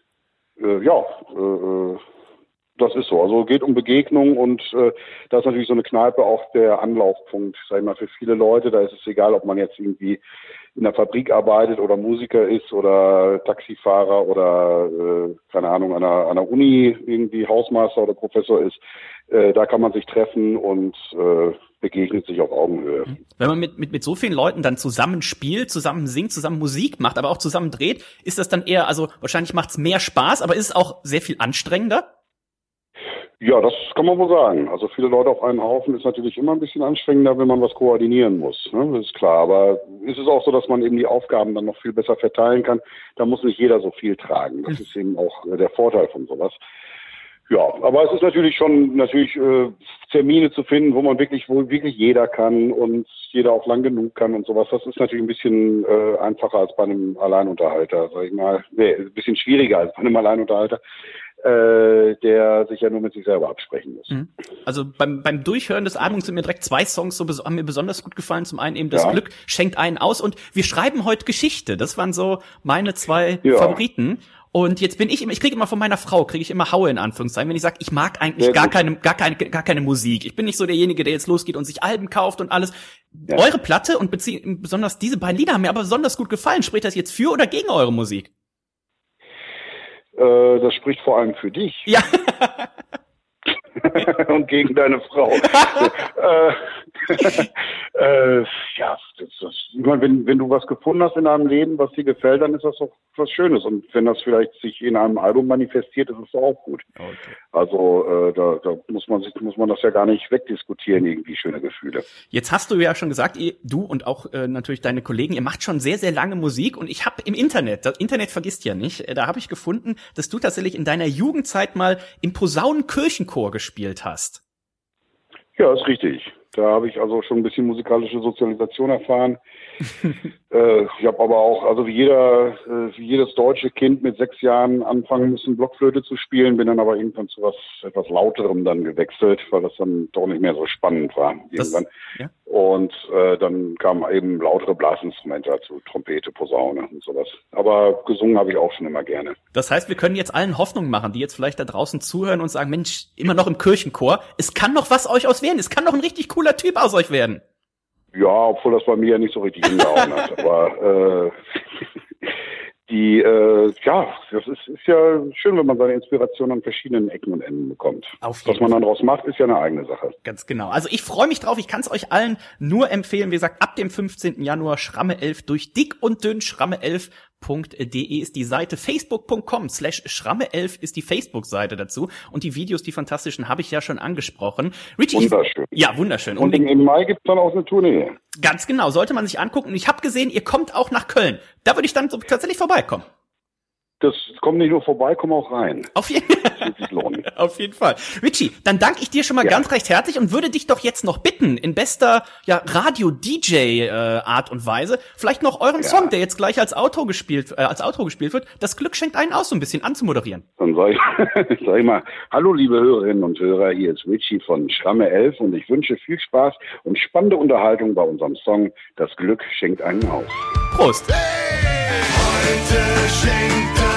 äh, ja, äh, das ist so. Also geht um Begegnung und äh, da ist natürlich so eine Kneipe auch der Anlaufpunkt, sag ich mal, für viele Leute. Da ist es egal, ob man jetzt irgendwie in der Fabrik arbeitet oder Musiker ist oder Taxifahrer oder, äh, keine Ahnung, an einer, an einer Uni irgendwie Hausmeister oder Professor ist. Äh, da kann man sich treffen und äh, begegnet sich auf Augenhöhe. Wenn man mit, mit, mit so vielen Leuten dann zusammen spielt, zusammen singt, zusammen Musik macht, aber auch zusammen dreht, ist das dann eher, also wahrscheinlich macht es mehr Spaß, aber ist es auch sehr viel anstrengender? Ja, das kann man wohl sagen. Also viele Leute auf einen Haufen ist natürlich immer ein bisschen anstrengender, wenn man was koordinieren muss. Ne? Das ist klar. Aber ist es auch so, dass man eben die Aufgaben dann noch viel besser verteilen kann. Da muss nicht jeder so viel tragen. Das ist eben auch äh, der Vorteil von sowas. Ja, aber es ist natürlich schon natürlich äh, Termine zu finden, wo man wirklich, wo wirklich jeder kann und jeder auch lang genug kann und sowas. Das ist natürlich ein bisschen äh, einfacher als bei einem Alleinunterhalter, sag ich mal. Nee, ein bisschen schwieriger als bei einem Alleinunterhalter, äh, der sich ja nur mit sich selber absprechen muss. Also beim beim Durchhören des Albums sind mir direkt zwei Songs so haben mir besonders gut gefallen. Zum einen eben das ja. Glück schenkt einen aus und wir schreiben heute Geschichte. Das waren so meine zwei ja. Favoriten. Und jetzt bin ich immer, ich kriege immer von meiner Frau, kriege ich immer Haue in Anführungszeichen, wenn ich sage, ich mag eigentlich Sehr gar gut. keine, gar keine, gar keine Musik. Ich bin nicht so derjenige, der jetzt losgeht und sich Alben kauft und alles. Ja. Eure Platte und bezie- besonders diese beiden Lieder haben mir aber besonders gut gefallen. Spricht das jetzt für oder gegen eure Musik? Äh, das spricht vor allem für dich. Ja. Und gegen deine Frau. äh, äh, ja, das, das, ich meine, wenn, wenn du was gefunden hast in deinem Leben, was dir gefällt, dann ist das doch was Schönes. Und wenn das vielleicht sich in einem Album manifestiert, ist es doch auch gut. Okay. Also äh, da, da muss man sich, muss man das ja gar nicht wegdiskutieren, irgendwie schöne Gefühle. Jetzt hast du ja schon gesagt, ihr, du und auch äh, natürlich deine Kollegen, ihr macht schon sehr, sehr lange Musik. Und ich habe im Internet, das Internet vergisst ja nicht, da habe ich gefunden, dass du tatsächlich in deiner Jugendzeit mal im Posaunenkirchenchor gespielt hast. Ja, ist richtig. Da habe ich also schon ein bisschen musikalische Sozialisation erfahren. äh, ich habe aber auch, also wie jeder, äh, wie jedes deutsche Kind mit sechs Jahren anfangen müssen, Blockflöte zu spielen, bin dann aber irgendwann zu was etwas Lauterem dann gewechselt, weil das dann doch nicht mehr so spannend war irgendwann. Das, ja. Und äh, dann kamen eben lautere Blasinstrumente, also Trompete, Posaune und sowas. Aber gesungen habe ich auch schon immer gerne. Das heißt, wir können jetzt allen Hoffnung machen, die jetzt vielleicht da draußen zuhören und sagen, Mensch, immer noch im Kirchenchor, es kann noch was euch aus werden, es kann noch ein richtig cooler Typ aus euch werden. Ja, obwohl das bei mir ja nicht so richtig hingehauen hat. Aber äh, die, äh, ja, das ist, ist ja schön, wenn man seine Inspiration an verschiedenen Ecken und Enden bekommt. Auf jeden Was man dann daraus macht, ist ja eine eigene Sache. Ganz genau. Also ich freue mich drauf. Ich kann es euch allen nur empfehlen. Wie gesagt, ab dem fünfzehnten Januar Schramme elf durch dick und dünn. Schramme elf punkt de ist die Seite. Facebook punkt com slash Schramme elf ist die Facebook-Seite dazu. Und die Videos, die fantastischen, habe ich ja schon angesprochen. Richie, wunderschön. Ich, ja, wunderschön. Und, und im Mai gibt's dann auch eine Tournee. Ganz genau. Sollte man sich angucken. Und ich habe gesehen, ihr kommt auch nach Köln. Da würde ich dann so tatsächlich vorbeikommen. Das kommt nicht nur vorbei, komm auch rein. Auf jeden Fall. Auf jeden Fall. Richie, dann danke ich dir schon mal ja. ganz recht herzlich und würde dich doch jetzt noch bitten, in bester ja, Radio-D J-Art äh, und Weise, vielleicht noch euren ja. Song, der jetzt gleich als Outro gespielt, äh, als Outro gespielt wird, das Glück schenkt einen aus, so ein bisschen anzumoderieren. Dann sag ich, sag ich mal, hallo liebe Hörerinnen und Hörer, hier ist Richie von Schramme elf und ich wünsche viel Spaß und spannende Unterhaltung bei unserem Song Das Glück schenkt einen aus. Prost! Hey, heute schenkt